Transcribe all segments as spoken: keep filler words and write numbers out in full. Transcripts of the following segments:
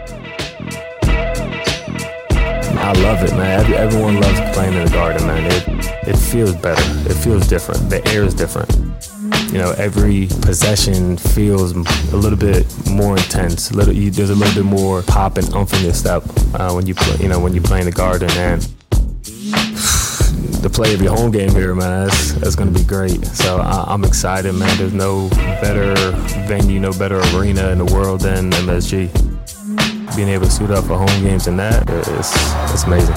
I love it, man. Every, everyone loves playing in the Garden, man. It, it feels better. It feels different. The air is different. You know, every possession feels a little bit more intense. A little, you, there's a little bit more pop and umph in your step uh, when you play. You know, when you play in the Garden, and the play of your home game here, man, that's, that's going to be great. So I, I'm excited, man. There's no better venue, no better arena in the world than M S G. Being able to suit up for home games and that, it's, it's amazing.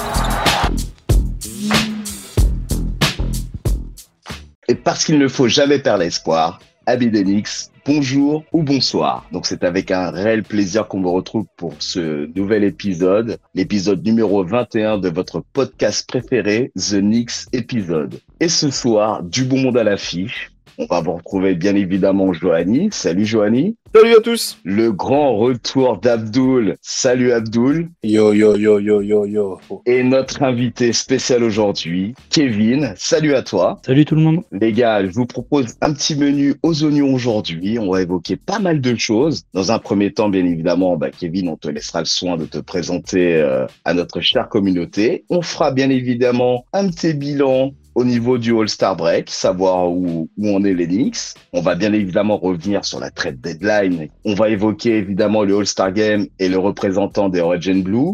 Et parce qu'il ne faut jamais perdre l'espoir, amis des Knicks, bonjour ou bonsoir. Donc c'est avec un réel plaisir qu'on vous retrouve pour ce nouvel épisode, l'épisode numéro vingt et un de votre podcast préféré, The Knicks Episode. Et ce soir, du bon monde à l'affiche. On va vous retrouver bien évidemment Johanny. Salut Johanny. Salut à tous. Le grand retour d'Abdoul. Salut Abdoul. Yo yo yo yo yo yo. Et notre invité spécial aujourd'hui, Kevin. Salut à toi. Salut tout le monde. Les gars, je vous propose un petit menu aux oignons aujourd'hui. On va évoquer pas mal de choses. Dans un premier temps, bien évidemment, bah, Kevin, on te laissera le soin de te présenter euh, à notre chère communauté. On fera bien évidemment un petit bilan au niveau du All-Star Break, savoir où, où on est les Knicks. On va bien évidemment revenir sur la trade deadline. On va évoquer évidemment le All-Star Game et le représentant des Orange and Blue.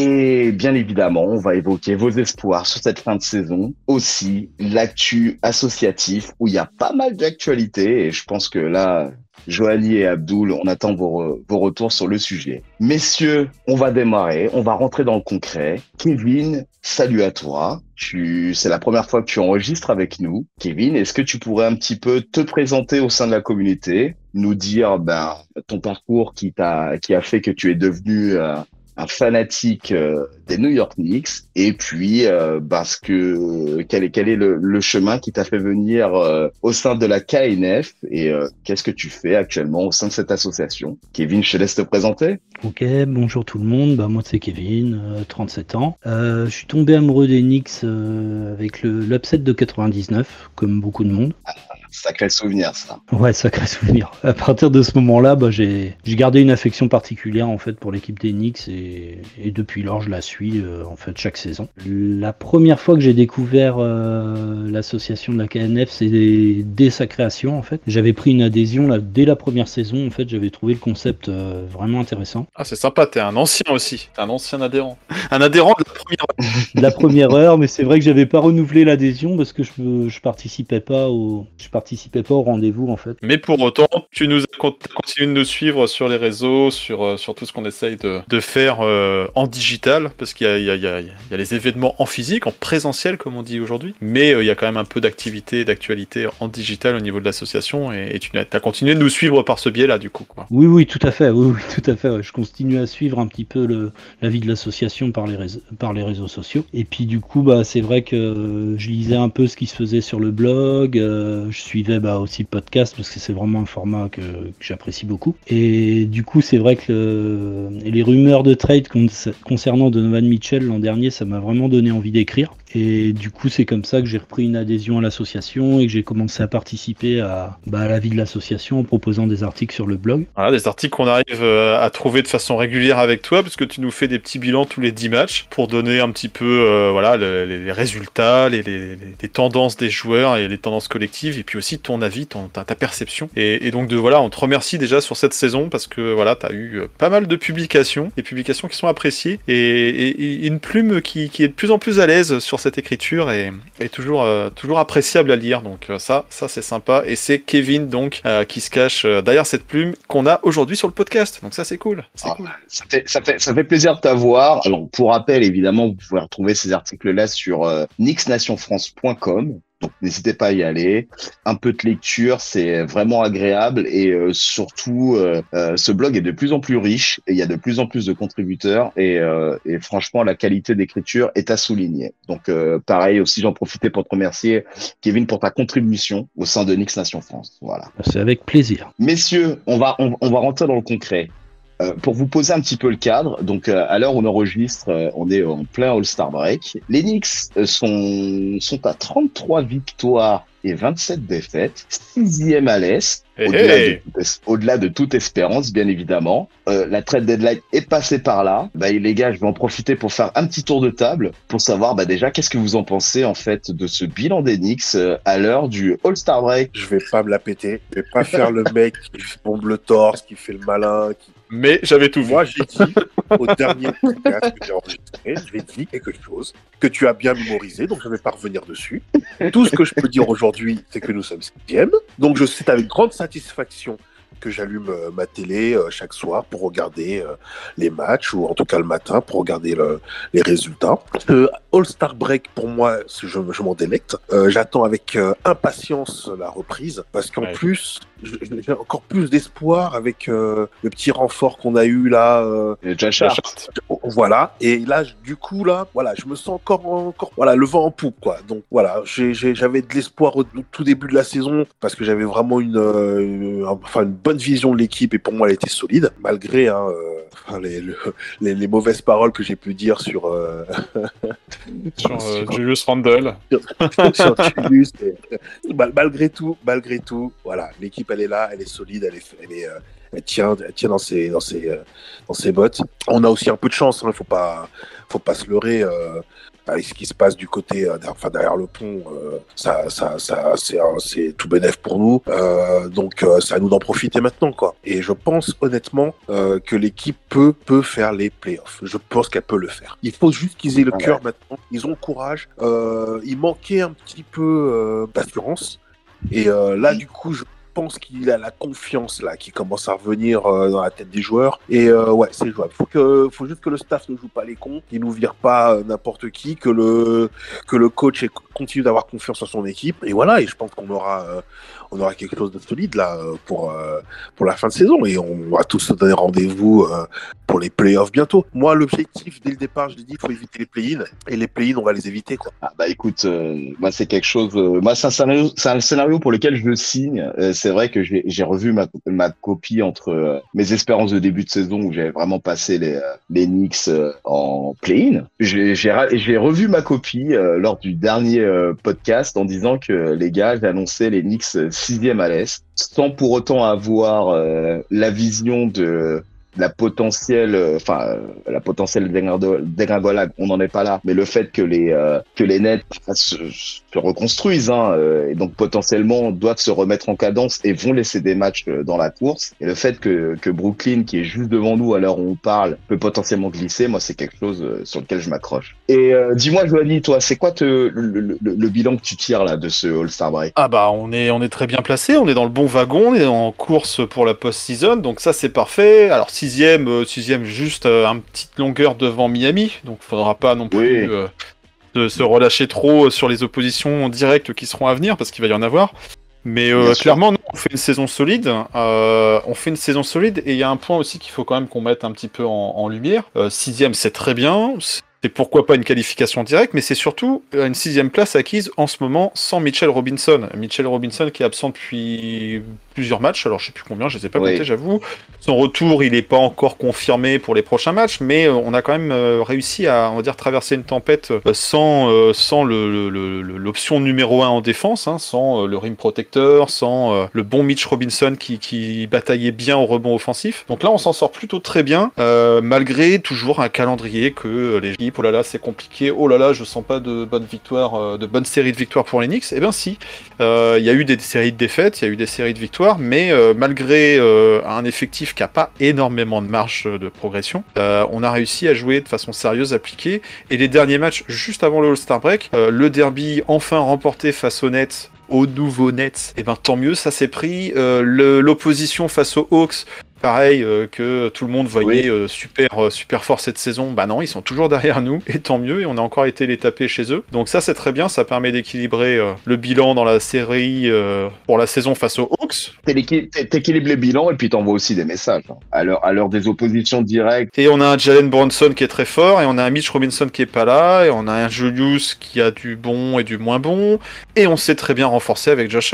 Et bien évidemment, on va évoquer vos espoirs sur cette fin de saison. Aussi, l'actu associatif où il y a pas mal d'actualités. Et je pense que là, Johanny et Abdoul, on attend vos, vos retours sur le sujet. Messieurs, on va démarrer, on va rentrer dans le concret. Kevin, salut à toi. Tu, c'est la première fois que tu enregistres avec nous. Kevin, est-ce que tu pourrais un petit peu te présenter au sein de la communauté, nous dire ben, ton parcours qui t'a, qui a fait que tu es devenu euh, un fanatique euh, des New York Knicks, et puis euh, parce que quel est quel est le, le chemin qui t'a fait venir euh, au sein de la K N F, et euh, qu'est-ce que tu fais actuellement au sein de cette association? Kevin, je te laisse te présenter. Ok, bonjour tout le monde. Bah moi c'est Kevin, euh, trente-sept ans. Euh, je suis tombé amoureux des Knicks euh, avec le l'upset de quatre-vingt-dix-neuf, comme beaucoup de monde. Sacré souvenir, ça. Ouais, sacré souvenir. À partir de ce moment-là, bah, j'ai, j'ai gardé une affection particulière en fait pour l'équipe des Knicks, et, et depuis lors, je la suis euh, en fait chaque saison. La première fois que j'ai découvert euh, l'association de la K N F, c'est dès, dès sa création en fait. J'avais pris une adhésion là dès la première saison. En fait, j'avais trouvé le concept euh, vraiment intéressant. Ah, c'est sympa. T'es un ancien aussi, t'es un ancien adhérent, un adhérent de la première heure. De la première heure, mais c'est vrai que j'avais pas renouvelé l'adhésion parce que je, je participais pas au, je participais pas au rendez-vous en fait. Mais pour autant, tu nous as continué de nous suivre sur les réseaux, sur, euh, sur tout ce qu'on essaye de, de faire euh, en digital, parce qu'il y a, il y, a, il y, a, il y a les événements en physique, en présentiel comme on dit aujourd'hui, mais euh, il y a quand même un peu d'activité, d'actualité en digital au niveau de l'association, et, et tu as continué de nous suivre par ce biais-là du coup, quoi. Oui, oui, tout à fait, oui, oui, tout à fait. Ouais. Je continue à suivre un petit peu le, la vie de l'association par les, réseaux, par les réseaux sociaux, et puis du coup, bah, c'est vrai que je lisais un peu ce qui se faisait sur le blog, euh, je suivais bah, aussi le podcast parce que c'est vraiment un format que, que j'apprécie beaucoup, et du coup c'est vrai que le, les rumeurs de trade con- concernant Donovan Mitchell l'an dernier, ça m'a vraiment donné envie d'écrire, et du coup c'est comme ça que j'ai repris une adhésion à l'association et que j'ai commencé à participer à, bah, à la vie de l'association en proposant des articles sur le blog. Voilà, des articles qu'on arrive à trouver de façon régulière avec toi, parce que tu nous fais des petits bilans tous les dix matchs pour donner un petit peu euh, voilà, le, les, les résultats, les, les, les tendances des joueurs et les tendances collectives, et puis aussi ton avis, ton, ta, ta perception. Et, et donc de voilà, on te remercie déjà sur cette saison parce que voilà, t'as eu pas mal de publications, des publications qui sont appréciées, et, et, et une plume qui, qui est de plus en plus à l'aise sur cette écriture, et, et toujours, euh, toujours appréciable à lire. Donc euh, ça, ça c'est sympa. Et c'est Kevin donc euh, qui se cache euh, derrière cette plume qu'on a aujourd'hui sur le podcast. Donc ça c'est cool. C'est ah, cool. Ça fait, ça fait, ça fait plaisir de t'avoir. Alors pour rappel, évidemment, vous pouvez retrouver ces articles-là sur euh, knicks nation france point com. Donc n'hésitez pas à y aller. Un peu de lecture, c'est vraiment agréable, et euh, surtout, euh, euh, ce blog est de plus en plus riche et il y a de plus en plus de contributeurs, et, euh, et franchement, la qualité d'écriture est à souligner. Donc euh, pareil aussi, j'en profitais pour te remercier, Kevin, pour ta contribution au sein de Knicks Nation France. Voilà. C'est avec plaisir. Messieurs, on va on, on va rentrer dans le concret. Euh, pour vous poser un petit peu le cadre, donc euh, à l'heure où on enregistre, euh, on est en plein All-Star Break. Les Knicks euh, sont, sont à trente-trois victoires et vingt-sept défaites, sixième à l'Est, Hey, au-delà, hey. de, toute es- au-delà de toute espérance, bien évidemment. Euh, la trade deadline est passée par là. Bah, et les gars, je vais en profiter pour faire un petit tour de table pour savoir bah, déjà qu'est-ce que vous en pensez en fait de ce bilan des Knicks euh, à l'heure du All-Star Break. Je vais pas me la péter. Je vais pas faire le mec qui bombe le torse, qui fait le malin. Qui... Mais j'avais tout vu. Moi, j'ai dit au dernier podcast que j'ai enregistré, j'ai dit quelque chose que tu as bien mémorisé, donc je ne vais pas revenir dessus. Tout ce que je peux dire aujourd'hui, c'est que nous sommes sixième. Donc, je sais avec grande satisfaction que j'allume euh, ma télé euh, chaque soir pour regarder euh, les matchs, ou en tout cas le matin, pour regarder le, les résultats. Le All-Star Break, pour moi, je, je m'en délecte. Euh, j'attends avec euh, impatience la reprise, parce qu'en Ouais. plus, je- j'ai encore plus d'espoir avec euh, le petit renfort qu'on a eu là. euh, Et Josh Hart. voilà, et là, je- du coup, là, voilà, je me sens encore, encore, voilà, le vent en poupe, quoi. Donc, voilà, j'ai, j'ai- j'avais de l'espoir au, au tout début de la saison, parce que j'avais vraiment une, euh, une- enfin, une bonne vision de l'équipe, et pour moi, elle était solide, malgré hein, euh, enfin, les, le- les, les mauvaises paroles que j'ai pu dire sur, euh, Sur euh, Julius Randle. sur Julius, et- mal- malgré tout, malgré tout, voilà, l'équipe, elle est là, elle est solide, elle est, elle est, euh, elle tient, elle tient dans ses, dans ses, euh, dans ses bottes. On a aussi un peu de chance, il faut pas, faut pas se leurrer. Euh, avec ce qui se passe du côté, euh, derrière, enfin, derrière le pont, euh, ça, ça, ça, c'est, un- c'est tout bénef pour nous. Euh, donc, euh, c'est à nous d'en profiter maintenant, quoi. Et je pense honnêtement euh, que l'équipe peut, peut faire les playoffs. Je pense qu'elle peut le faire. Il faut juste qu'ils aient le Ouais. cœur maintenant. Ils ont le courage. Euh, il manquait un petit peu euh, d'assurance. Et euh, là, du coup, je pense qu'il a la confiance là qui commence à revenir euh, dans la tête des joueurs. Et euh, ouais, c'est jouable. Faut que, faut juste que le staff ne joue pas les cons, qu'il nous vire pas euh, n'importe qui, que le, que le coach ait- continue d'avoir confiance en son équipe. Et voilà. Et je pense qu'on aura, euh, on aura quelque chose de solide là euh, pour euh, pour la fin de saison. Et on va tous se donner rendez-vous euh, pour les playoffs bientôt. Moi, l'objectif dès le départ, je l'ai dit, il faut éviter les play-in. Et les play-in, on va les éviter, quoi. Ah bah écoute, euh, moi c'est quelque chose. euh, moi c'est un scénario, c'est un scénario pour lequel je signe. Euh, c'est vrai que j'ai, j'ai revu ma, ma copie entre euh, mes espérances de début de saison où j'avais vraiment passé les, euh, les Knicks euh, en play-in. J'ai, j'ai, ra- j'ai revu ma copie euh, lors du dernier euh, podcast en disant que les gars, j'ai annoncé les Knicks euh, sixième à l'Est, sans pour autant avoir euh, la vision de la potentielle, euh, enfin euh, la potentielle dégringol- dégringolade, on n'en est pas là, mais le fait que les euh, que les Nets se, se reconstruisent hein, euh, et donc potentiellement doivent se remettre en cadence et vont laisser des matchs euh, dans la course, et le fait que que Brooklyn, qui est juste devant nous à l'heure où on parle, peut potentiellement glisser, moi c'est quelque chose euh, sur lequel je m'accroche. Et euh, dis-moi Joanie, toi, c'est quoi te, le, le, le, le bilan que tu tires là de ce All-Star Break? Ah bah on est, on est très bien placé, on est dans le bon wagon, on est en course pour la post-season, donc ça c'est parfait. Alors sixième, euh, sixième juste euh, un petite longueur devant Miami, donc faudra pas non plus Oui. euh, de se relâcher trop sur les oppositions directes qui seront à venir, parce qu'il va y en avoir. Mais euh, Bien sûr. clairement, non, on fait une saison solide. Euh, on fait une saison solide, et il y a un point aussi qu'il faut quand même qu'on mette un petit peu en, en lumière. Euh, sixième, c'est très bien. C'est pourquoi pas une qualification directe, mais c'est surtout euh, une sixième place acquise en ce moment sans Mitchell Robinson. Mitchell Robinson qui est absent depuis plusieurs matchs, alors je sais plus combien, je les ai pas Oui. comptés, j'avoue. Son retour, il n'est pas encore confirmé pour les prochains matchs, mais euh, on a quand même euh, réussi à, on va dire, traverser une tempête euh, sans, euh, sans le, le- le- l'option numéro un en défense, hein, sans euh, le rim protecteur, sans euh, le bon Mitch Robinson qui, qui bataillait bien au rebond offensif. Donc là, on s'en sort plutôt très bien, euh, malgré toujours un calendrier que euh, les équipes, oh là là, c'est compliqué, oh là là, je sens pas de bonnes victoires, euh, de bonnes séries de victoires pour les Knicks. Eh bien si, euh, il y a eu des séries de défaites, il y a eu des séries de victoires, mais euh, malgré euh, un effectif qui a pas énormément de marge de progression, euh, on a réussi à jouer de façon sérieuse, appliquée. Et les derniers matchs, juste avant le All-Star Break, euh, le derby enfin remporté face aux Nets, aux nouveaux Nets, et ben tant mieux, ça s'est pris. Euh, le- l'opposition face aux Hawks, pareil, euh, que tout le monde voyait Oui. euh, super, euh, super fort cette saison, bah non, ils sont toujours derrière nous, et tant mieux, et on a encore été les taper chez eux. Donc ça, c'est très bien, ça permet d'équilibrer euh, le bilan dans la série euh, pour la saison face aux Hawks. T'équilibres t'équilibres les bilans et puis t'envoies aussi des messages. hein. À l'heure, à l'heure des oppositions directes. Et on a un Jalen Brunson qui est très fort, et on a un Mitch Robinson qui est pas là, et on a un Julius qui a du bon et du moins bon, et on s'est très bien renforcé avec Josh Hart.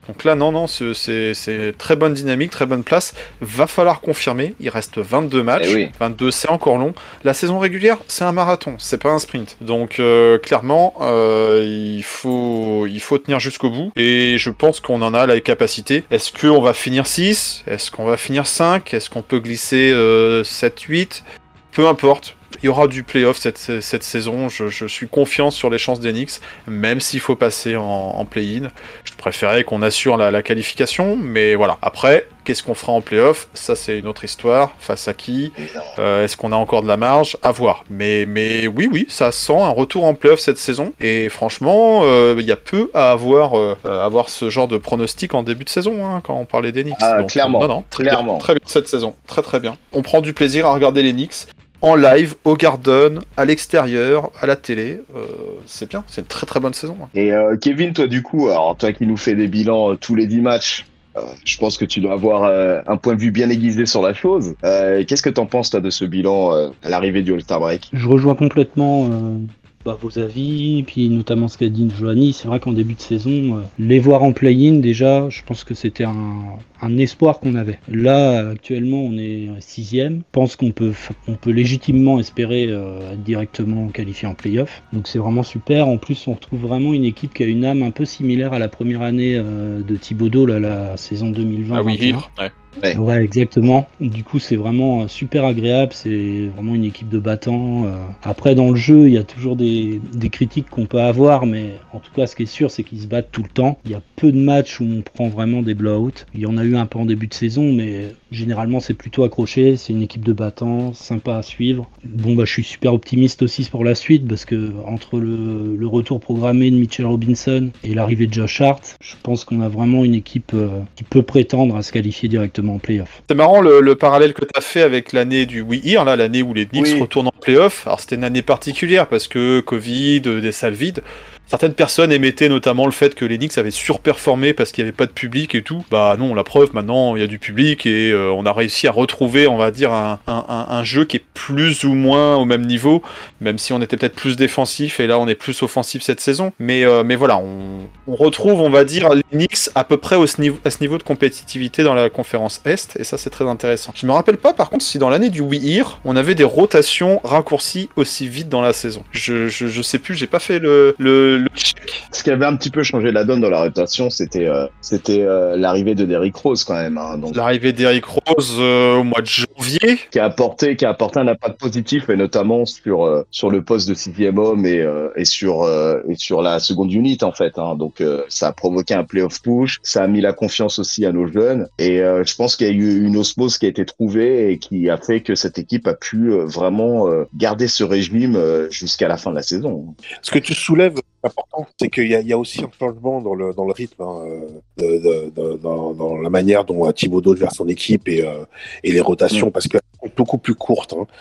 Donc là, non, non, c'est, c'est, c'est très bonne dynamique, très bonne place. Va falloir confirmer. Il reste vingt-deux matchs. Eh oui. vingt-deux, c'est encore long. La saison régulière, c'est un marathon, c'est pas un sprint. Donc euh, clairement, euh, il faut, il faut tenir jusqu'au bout. Et je pense qu'on en a la capacité. Est-ce qu'on va finir six? Est-ce qu'on va finir cinq? Est-ce qu'on peut glisser euh, sept, huit? Peu importe. Il y aura du play-off cette, cette saison. Je, je suis confiant sur les chances d'Enix, même s'il faut passer en, en play-in. Je préférais qu'on assure la, la qualification, mais voilà. Après, qu'est-ce qu'on fera en play-off? Ça, c'est une autre histoire. Face à qui? euh, Est-ce qu'on a encore de la marge? À voir. Mais, mais oui, oui, ça sent un retour en play-off cette saison. Et franchement, euh, il y a peu à avoir, euh, à avoir ce genre de pronostic en début de saison, hein, quand on parlait d'Enix. Ah, Donc, clairement. Non, non, très clairement. bien, très bien cette saison. Très, très bien. On prend du plaisir à regarder les Knicks en live, au Garden, à l'extérieur, à la télé. Euh, c'est bien, c'est une très très bonne saison. Hein. Et euh, Kevin, toi du coup, alors toi qui nous fais des bilans euh, tous les dix matchs, euh, je pense que tu dois avoir euh, un point de vue bien aiguisé sur la chose. Euh, qu'est-ce que t'en penses toi de ce bilan euh, à l'arrivée du All-Star Break? Je rejoins complètement euh, bah, vos avis, puis notamment ce qu'a dit Johanny. C'est vrai qu'en début de saison, euh, les voir en play-in, déjà, je pense que c'était un, un espoir qu'on avait. Là, actuellement, on est sixième. Je pense qu'on peut, on peut légitimement espérer euh, être directement qualifié en play-off. Donc c'est vraiment super. En plus, on retrouve vraiment une équipe qui a une âme un peu similaire à la première année euh, de Thibodeau, là, la saison deux mille vingt. Ah oui, Hill, ouais. Ouais. Ouais, exactement. Du coup, c'est vraiment super agréable. C'est vraiment une équipe de battants. Après, dans le jeu, il y a toujours des, des critiques qu'on peut avoir, mais en tout cas, ce qui est sûr, c'est qu'ils se battent tout le temps. Il y a peu de matchs où on prend vraiment des blowouts. Il y en a eu un peu en début de saison, mais généralement, c'est plutôt accroché. C'est une équipe de battants, sympa à suivre. Bon, bah, je suis super optimiste aussi pour la suite, parce que entre le, le retour programmé de Mitchell Robinson et l'arrivée de Josh Hart, je pense qu'on a vraiment une équipe euh, qui peut prétendre à se qualifier directement en play-off. C'est marrant le, le parallèle que tu as fait avec l'année du We Here, là, l'année où les Knicks Oui. retournent en play-off. Alors c'était une année particulière parce que Covid, des salles vides. Certaines personnes émettaient notamment le fait que les Knicks avaient surperformé parce qu'il n'y avait pas de public et tout. Bah non, la preuve, maintenant il y a du public et euh, on a réussi à retrouver, on va dire, un, un, un jeu qui est plus ou moins au même niveau, même si on était peut-être plus défensif et là on est plus offensif cette saison. Mais, euh, mais voilà, on, on retrouve, on va dire, les Knicks à peu près au, à ce niveau de compétitivité dans la conférence Est et ça c'est très intéressant. Je me rappelle pas par contre si dans l'année du We Here, on avait des rotations raccourcies aussi vite dans la saison. Je, je, je sais plus, j'ai pas fait le, le Le check. Ce qui avait un petit peu changé la donne dans la rotation, c'était euh, c'était euh, l'arrivée de Derrick Rose quand même. Hein, donc l'arrivée d'Eric Rose euh, au mois de janvier, qui a apporté qui a apporté un impact positif et notamment sur euh, sur le poste de sixième homme et euh, et sur euh, et sur la seconde unit en fait. Hein, donc euh, ça a provoqué un playoff push, ça a mis la confiance aussi à nos jeunes et euh, je pense qu'il y a eu une osmose qui a été trouvée et qui a fait que cette équipe a pu euh, vraiment euh, garder ce régime euh, jusqu'à la fin de la saison. Ce que tu soulèves, important, c'est qu'il y, y a aussi un changement dans le, dans le rythme, hein, de, de, de, dans, dans la manière dont Thibodeau gère son équipe et, euh, et les rotations, parce qu'elles sont beaucoup plus courtes. Hein.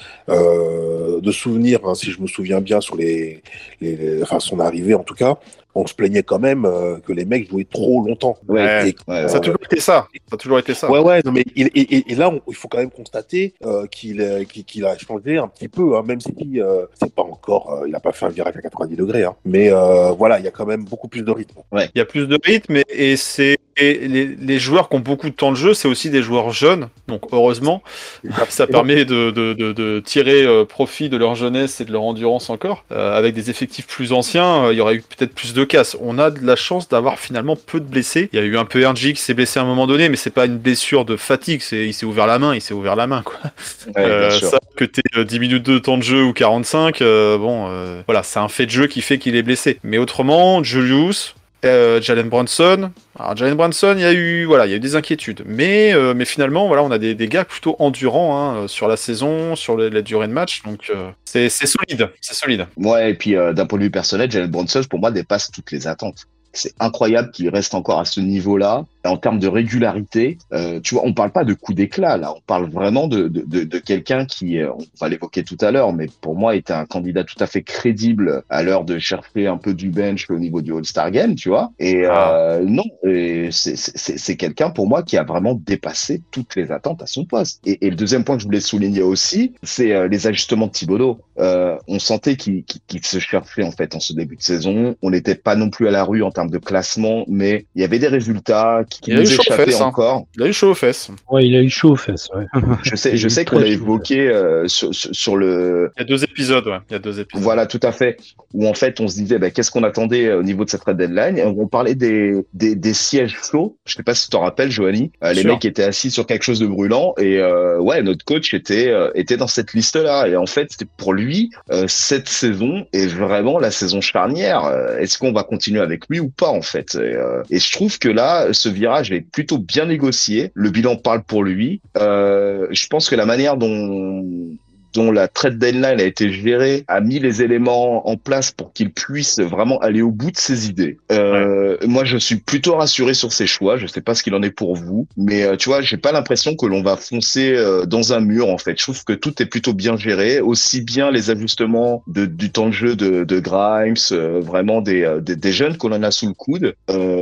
Euh, de souvenirs, hein, si je me souviens bien, sur les, les, les, enfin son arrivée en tout cas, on se plaignait quand même euh, que les mecs jouaient trop longtemps. Ouais, et, ouais, ça a toujours été ça. Ça a toujours été ça. Ouais, ouais, non, mais il, et, et, et là, on, il faut quand même constater euh, qu'il, qu'il, qu'il a changé un petit peu, hein, même si euh, c'est pas encore, euh, il a pas fait un virage à quatre-vingt-dix degrés, hein, mais euh, voilà, il y a quand même beaucoup plus de rythme. Ouais. Il y a plus de rythme et, et c'est et les, les joueurs qui ont beaucoup de temps de jeu, c'est aussi des joueurs jeunes, donc heureusement, ça permet de, de, de, de tirer euh, profit de leur jeunesse et de leur endurance encore. Euh, avec des effectifs plus anciens, euh, il y aurait eu peut-être plus de casse. On a de la chance d'avoir finalement peu de blessés. Il y a eu un peu R J qui s'est blessé à un moment donné, mais c'est pas une blessure de fatigue, c'est, il s'est ouvert la main, il s'est ouvert la main, quoi. Ouais, euh, ça, que t'aies euh, dix minutes de temps de jeu ou quarante-cinq, euh, bon, euh, voilà, c'est un fait de jeu qui fait qu'il est blessé. Mais autrement, Julius, Euh, Jalen Brunson. Alors Jalen Brunson, il y a eu, voilà, il y a eu des inquiétudes, mais euh, mais finalement, voilà, on a des, des gars plutôt endurants hein, sur la saison, sur les, la durée de match, donc euh, c'est c'est solide, c'est solide. Ouais, et puis euh, d'un point de vue personnel, Jalen Brunson pour moi dépasse toutes les attentes. C'est incroyable qu'il reste encore à ce niveau-là. En termes de régularité, euh, tu vois, on parle pas de coup d'éclat là, on parle vraiment de de, de, de quelqu'un qui, euh, on va l'évoquer tout à l'heure, mais pour moi était un candidat tout à fait crédible à l'heure de chercher un peu du bench au niveau du All-Star Game, tu vois. Et Ah. euh, non, et c'est, c'est, c'est quelqu'un pour moi qui a vraiment dépassé toutes les attentes à son poste. Et, et le deuxième point que je voulais souligner aussi, c'est euh, les ajustements de Thibodeau. Euh, on sentait qu'il, qu'il, qu'il se cherchait en fait en ce début de saison. On n'était pas non plus à la rue en termes termes de classement, mais il y avait des résultats qui, qui Il a eu nous chaud aux échappaient fesses, hein. encore. Il a eu chaud aux fesses. Ouais, il a eu chaud aux fesses. Ouais. Je sais, Il je a eu sais très qu'on l'a chaud. évoqué euh, sur, sur, sur le, Il y a deux épisodes, ouais. Il y a deux épisodes. voilà, tout à fait. Où en fait, on se disait, bah, qu'est-ce qu'on attendait au niveau de cette trade deadline? Et on parlait des, des, des sièges chauds. Je sais pas si tu t'en rappelles, Joanie. Euh, les Sûr. mecs étaient assis sur quelque chose de brûlant. Et euh, ouais, notre coach était euh, était dans cette liste-là. Et en fait, c'était pour lui, euh, cette saison est vraiment la saison charnière. Euh, Est-ce qu'on va continuer avec lui ou pas, en fait? Et, euh, et je trouve que là, ce virage est plutôt bien négocié. Le bilan parle pour lui. Euh, je pense que la manière dont dont la trade deadline a été gérée, a mis les éléments en place pour qu'il puisse vraiment aller au bout de ses idées. Euh, ouais. Moi, je suis plutôt rassuré sur ses choix. Je sais pas ce qu'il en est pour vous, mais euh, tu vois, j'ai pas l'impression que l'on va foncer euh, dans un mur, en fait. Je trouve que tout est plutôt bien géré, aussi bien les ajustements de, du temps de jeu de, de Grimes, euh, vraiment des, euh, des, des jeunes qu'on en a sous le coude.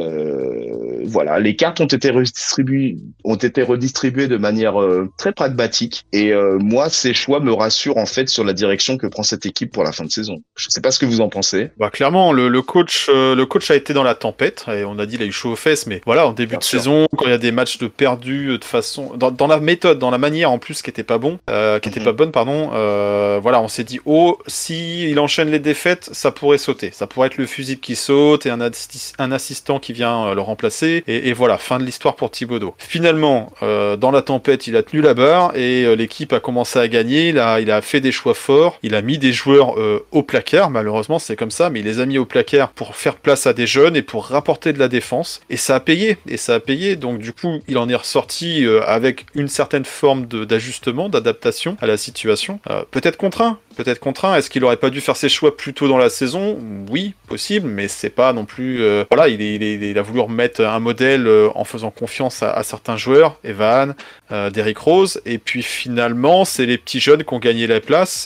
Euh, voilà, les cartes ont été redistribuées, ont été redistribuées de manière euh, très pragmatique. Et euh, moi, ces choix me rassure en fait sur la direction que prend cette équipe pour la fin de saison. Je sais pas ce que vous en pensez. Bah clairement, le, le coach, euh, le coach a été dans la tempête et on a dit il a eu chaud aux fesses, mais voilà, en début Bien de sûr. saison, quand il y a des matchs de perdus de façon, dans, dans la méthode, dans la manière en plus qui était pas bon, euh, qui était mm-hmm. pas bonne, pardon. Euh, voilà, on s'est dit oh, si il enchaîne les défaites, ça pourrait sauter, ça pourrait être le fusible qui saute et un, assi- un assistant qui vient euh, le remplacer et, et voilà, fin de l'histoire pour Thibodeau. Finalement, euh, dans la tempête, il a tenu la barre et euh, l'équipe a commencé à gagner. Il a il a fait des choix forts, il a mis des joueurs euh, au placard, malheureusement c'est comme ça, mais il les a mis au placard pour faire place à des jeunes et pour rapporter de la défense, et ça a payé, et ça a payé, donc du coup il en est ressorti euh, avec une certaine forme de, d'ajustement, d'adaptation à la situation, euh, peut-être contraint, peut-être contraint, est-ce qu'il aurait pas dû faire ses choix plus tôt dans la saison? Oui, possible, mais c'est pas non plus, euh, voilà, il, est, il, est, il a voulu remettre un modèle euh, en faisant confiance à, à certains joueurs, Evan, euh, Derrick Rose, et puis finalement c'est les petits jeunes qui ont gagné la place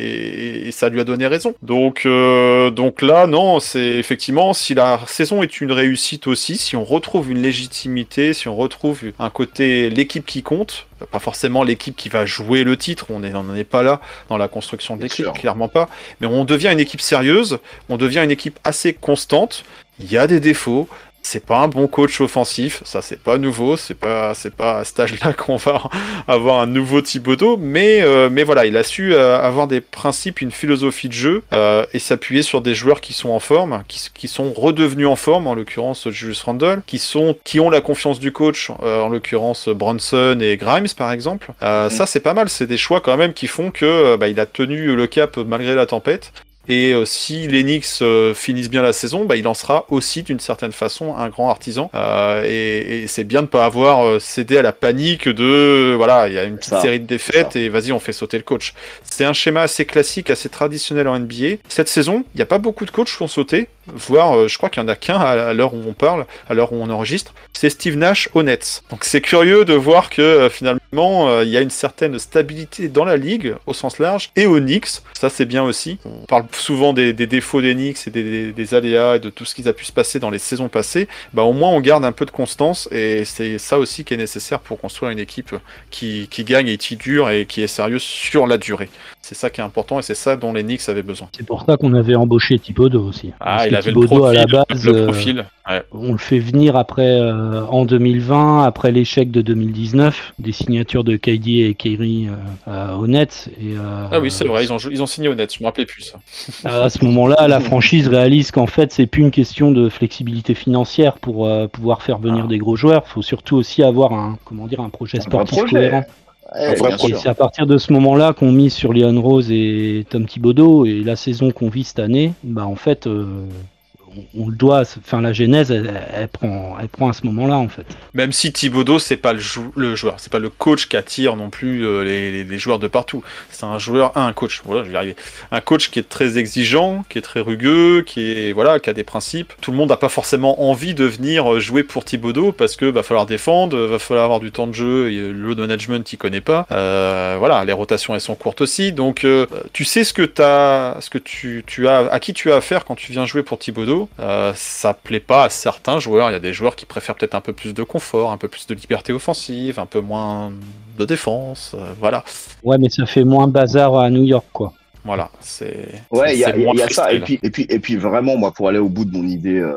et, et ça lui a donné raison. Donc, euh, donc là, non, c'est effectivement, si la saison est une réussite aussi, si on retrouve une légitimité, si on retrouve un côté l'équipe qui compte, pas forcément l'équipe qui va jouer le titre, on n'en est pas là dans la construction de l'équipe, clairement pas, mais on devient une équipe sérieuse, on devient une équipe assez constante, il y a des défauts, c'est pas un bon coach offensif, ça c'est pas nouveau, c'est pas c'est pas à cet âge-là qu'on va avoir un nouveau Thibodeau, mais euh, mais voilà, il a su euh, avoir des principes, une philosophie de jeu euh, et s'appuyer sur des joueurs qui sont en forme, qui qui sont redevenus en forme, en l'occurrence Julius Randle, qui sont qui ont la confiance du coach, euh, en l'occurrence Brunson et Grimes par exemple. Euh, mmh. Ça c'est pas mal, c'est des choix quand même qui font que euh, bah, il a tenu le cap malgré la tempête. Et euh, si les Knicks euh, finissent bien la saison, bah, il en sera aussi d'une certaine façon un grand artisan. Euh, et, et c'est bien de ne pas avoir euh, cédé à la panique de voilà, il y a une petite ça, série de défaites et vas-y, on fait sauter le coach. C'est un schéma assez classique, assez traditionnel en N B A. Cette saison, il n'y a pas beaucoup de coachs qui ont sauté, voire euh, je crois qu'il n'y en a qu'un à, à l'heure où on parle, à l'heure où on enregistre. C'est Steve Nash aux Nets. Donc c'est curieux de voir que euh, finalement, euh, il y a une certaine stabilité dans la ligue au sens large et aux Knicks. Ça c'est bien aussi. On parle souvent des, des défauts des Knicks et des, des, des aléas et de tout ce qui a pu se passer dans les saisons passées, bah au moins on garde un peu de constance et c'est ça aussi qui est nécessaire pour construire une équipe qui, qui gagne et qui dure et qui est sérieuse sur la durée. C'est ça qui est important et c'est ça dont les Knicks avaient besoin. C'est pour ça qu'on avait embauché Thibodeau aussi. Ah, Parce il que avait Thibodeau, le profil, à la base, le profil. Ouais. On le fait venir après euh, en deux mille vingt, après l'échec de deux mille dix-neuf, des signatures de K D et Kyrie euh, euh, au Nets. Et, euh, ah oui, c'est vrai, ils ont, ils ont signé au Nets, je me rappelais plus ça. À ce moment-là, la franchise réalise qu'en fait, c'est plus une question de flexibilité financière pour euh, pouvoir faire venir ah. des gros joueurs. Il faut surtout aussi avoir un, comment dire, un projet un sportif projet. cohérent. Ouais, et c'est à partir de ce moment-là qu'on mise sur Leon Rose et Tom Thibodeau et la saison qu'on vit cette année, bah en fait, euh, on, on le doit. Enfin, la genèse, elle, elle prend, elle prend à ce moment-là en fait. Même si Thibodeau, c'est pas le, jou- le joueur, c'est pas le coach qui attire non plus euh, les, les, les joueurs de partout. C'est un joueur, un coach. Voilà, je vais y arriver. Un coach qui est très exigeant, qui est très rugueux, qui est voilà, qui a des principes. Tout le monde n'a pas forcément envie de venir jouer pour Thibodeau parce que va falloir défendre, va falloir avoir du temps de jeu. Et le load management, il connaît pas. Euh, voilà, les rotations elles sont courtes aussi. Donc, euh, tu sais ce que t'as, ce que tu, tu as, à qui tu as affaire quand tu viens jouer pour Thibodeau. Euh, ça plaît pas à certains joueurs. Il y a des joueurs qui préfèrent peut-être un peu plus de confort, un peu plus de liberté offensive, un peu moins de défense, euh, voilà. Ouais, mais ça fait moins bazar à New York, quoi. Voilà, c'est. Ouais, il y a, c'est y a ça. Et puis, et puis, et puis, vraiment, moi, pour aller au bout de mon idée. Euh...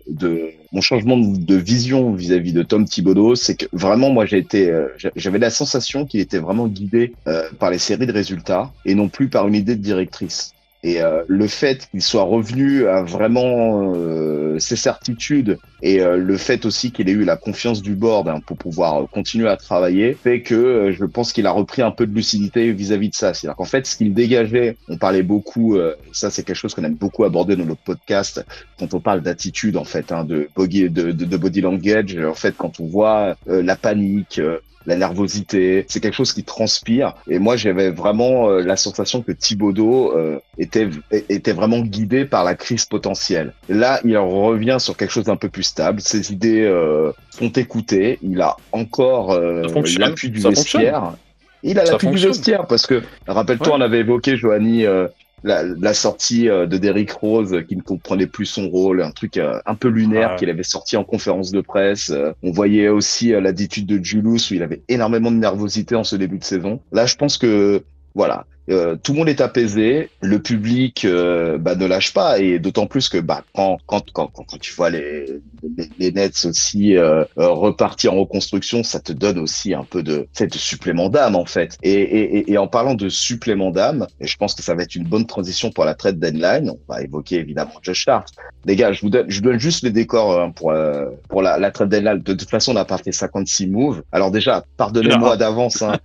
de mon changement de vision vis-à-vis de Tom Thibodeau, c'est que vraiment moi j'ai été, euh, j'avais la sensation qu'il était vraiment guidé euh, par les séries de résultats et non plus par une idée de directrice. Et euh, le fait qu'il soit revenu à vraiment euh, ses certitudes et euh, le fait aussi qu'il ait eu la confiance du board hein, pour pouvoir continuer à travailler fait que euh, je pense qu'il a repris un peu de lucidité vis-à-vis de ça. C'est-à-dire qu'en fait, ce qu'il dégageait, on parlait beaucoup, euh, ça c'est quelque chose qu'on aime beaucoup aborder dans notre podcast quand on parle d'attitude en fait, hein, de, body, de, de, de body language. En fait, quand on voit euh, la panique, euh, la nervosité, c'est quelque chose qui transpire. Et moi, j'avais vraiment euh, la sensation que Thibodeau euh, était était vraiment guidé par la crise potentielle. Là, il revient sur quelque chose d'un peu plus stable. Ses idées euh, sont écoutées. Il a encore euh, l'appui du vestiaire. Fonctionne. Il a l'appui du vestiaire parce que, rappelle-toi, ouais. on avait évoqué, Johanny, euh, La, la sortie euh, de Derrick Rose euh, qui ne comprenait plus son rôle, un truc euh, un peu lunaire ouais. qu'il avait sorti en conférence de presse. Euh, on voyait aussi euh, l'attitude de Julius où il avait énormément de nervosité en ce début de saison. Là, je pense que voilà, euh, tout le monde est apaisé, le public euh, bah, ne lâche pas et d'autant plus que bah quand quand quand quand, quand tu vois les les, les Nets aussi euh, euh, repartir en reconstruction, ça te donne aussi un peu de cette supplément d'âme en fait. Et, et et en parlant de supplément d'âme, et je pense que ça va être une bonne transition pour la trade deadline. On va évoquer évidemment Josh Hart. Les gars, je vous donne je vous donne juste les décors hein, pour euh, pour la, la trade deadline. De toute façon, on a parti cinquante-six moves. Alors déjà, pardonnez-moi d'avance hein,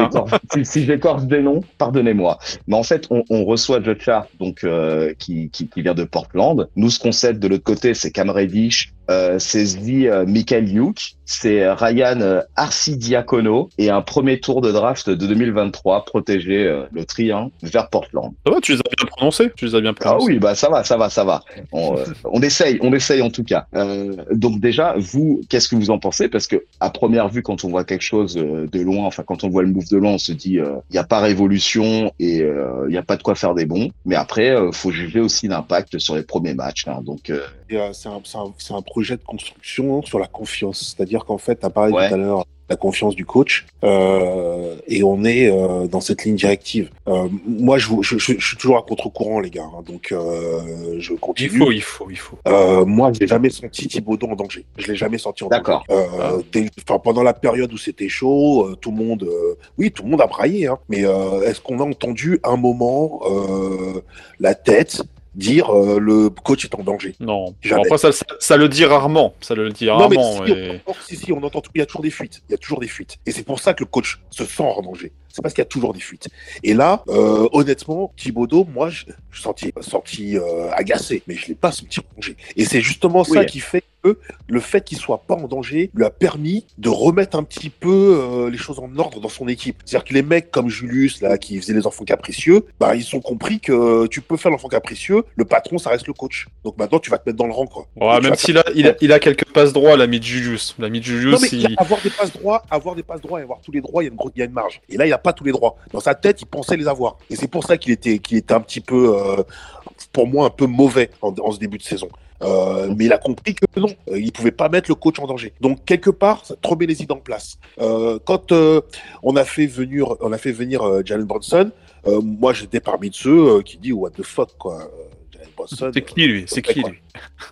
si, si j'écorche des noms, pardonnez-moi. Mais en fait, on, on reçoit Josh Hart donc euh, qui, qui qui vient de Portland. Nous, ce qu'on cède de l'autre côté, c'est Cam Reddish. Euh, c'est Zvi euh, Michael Hughes, c'est Ryan euh, Arcidiacono et un premier tour de draft de deux mille vingt-trois protégé euh, le triangle vers Portland. Ça va, tu les as bien prononcés, tu les as bien prononcés. Ah oui, bah ça va, ça va, ça va. On, euh, on essaye, on essaye en tout cas. Euh, donc déjà, vous, qu'est-ce que vous en pensez? Parce que à première vue, quand on voit quelque chose de loin, enfin quand on voit le move de loin, on se dit il euh, y a pas révolution et il euh, y a pas de quoi faire des bons. Mais après, euh, faut juger aussi l'impact sur les premiers matchs. Hein, donc euh... euh, c'est un, c'est un, c'est un projet de construction sur la confiance. C'est-à-dire qu'en fait, tu as parlé ouais. tout à l'heure la confiance du coach euh, et on est euh, dans cette ligne directive. Euh, moi, je, je, je, je suis toujours à contre-courant, les gars. Hein, donc, euh, je continue. Il faut, il faut, il faut. Euh, moi, je n'ai jamais senti Thibodeau en danger. Je l'ai jamais senti en D'accord. danger. Euh, ah. Pendant la période où c'était chaud, euh, tout le monde, euh, oui, tout le monde a braillé. Hein, mais euh, est-ce qu'on a entendu un moment euh, la tête dire euh, le coach est en danger? Non. Jamais. Après, ça, ça, ça le dit rarement. Ça le dit rarement. Non, mais si, et... on, si, si, on entend tout. Il y a toujours des fuites. Il y a toujours des fuites. Et c'est pour ça que le coach se sent en danger. C'est parce qu'il y a toujours des fuites. Et là, euh, honnêtement, Thibodeau, moi, je, je senti, senti euh, agacé, mais je l'ai pas senti en danger. Et c'est justement oui. ça qui fait que le fait qu'il soit pas en danger lui a permis de remettre un petit peu euh, les choses en ordre dans son équipe. C'est-à-dire que les mecs comme Julius, là, qui faisaient les enfants capricieux, bah, ils ont compris que tu peux faire l'enfant capricieux, le patron, ça reste le coach. Donc maintenant, tu vas te mettre dans le rang, quoi. Ouais, même s'il a, il a, il a quelques passes droits, l'ami de Julius. L'ami de Julius, non, mais il... avoir des passes droits, avoir des passes droits et avoir tous les droits, il y a une, gros, il y a une marge. Et là, il n'y a pas tous les droits. Dans sa tête, il pensait les avoir. Et c'est pour ça qu'il était, qu'il était un petit peu, euh, pour moi, un peu mauvais en, en ce début de saison. Euh, mais il a compris que non, euh, il pouvait pas mettre le coach en danger. Donc quelque part, ça te remet les idées en place. Euh, quand euh, on a fait venir, on a fait venir euh, Jalen Brunson, euh, moi j'étais parmi ceux euh, qui dit what the fuck quoi. Euh, Jalen Brunson. C'est qui lui? C'est qui lui?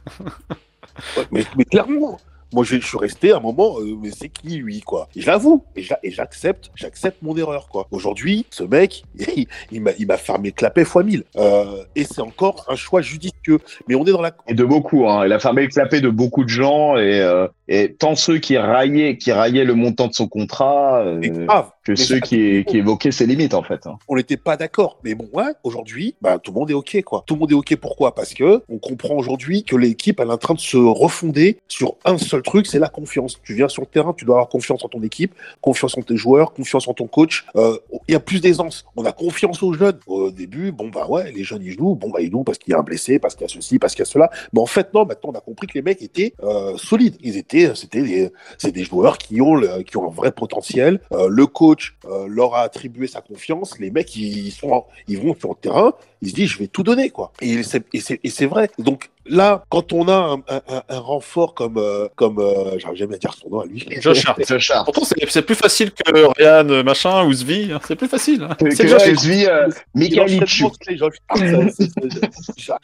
Ouais, mais, mais clairement. Moi, je, je suis resté à un moment, euh, mais c'est qui lui, quoi? Et j'avoue, et, j'a, et j'accepte, j'accepte mon erreur, quoi. Aujourd'hui, ce mec, il, il m'a, il m'a fermé clapet fois mille. Euh, et c'est encore un choix judicieux. Mais on est dans la. Et de beaucoup, hein. Il a fermé le clapet de beaucoup de gens et, euh, et tant ceux qui raillaient, qui raillaient le montant de son contrat, euh, grave, que ceux qui, qui évoquaient ses limites, en fait. Hein. On n'était pas d'accord. Mais bon, ouais, aujourd'hui, bah, tout le monde est OK, quoi. Tout le monde est OK. Pourquoi? Parce que on comprend aujourd'hui que l'équipe, elle est en train de se refonder sur un seul truc, c'est la confiance. Tu viens sur le terrain, tu dois avoir confiance en ton équipe, confiance en tes joueurs, confiance en ton coach. Euh, il y a plus d'aisance. On a confiance aux jeunes. Au début, bon bah ouais, les jeunes ils jouent, bon bah ils jouent parce qu'il y a un blessé, parce qu'il y a ceci, parce qu'il y a cela. Mais en fait non, maintenant on a compris que les mecs étaient euh, solides. Ils étaient, c'était des, c'est des joueurs qui ont le, qui ont un vrai potentiel. Euh, le coach euh, leur a attribué sa confiance. Les mecs ils sont, ils vont sur le terrain, ils se disent je vais tout donner quoi. Et c'est, et c'est, et c'est vrai. Donc là, quand on a un, un, un renfort comme, euh, comme euh, j'arrive jamais à dire son nom à lui. Josh Hart. Josh Hart. Pourtant, c'est, c'est plus facile que Ryan machin ou Zvi. C'est plus facile. Hein. C'est, c'est Josh Zvi, euh, Michael Hughes.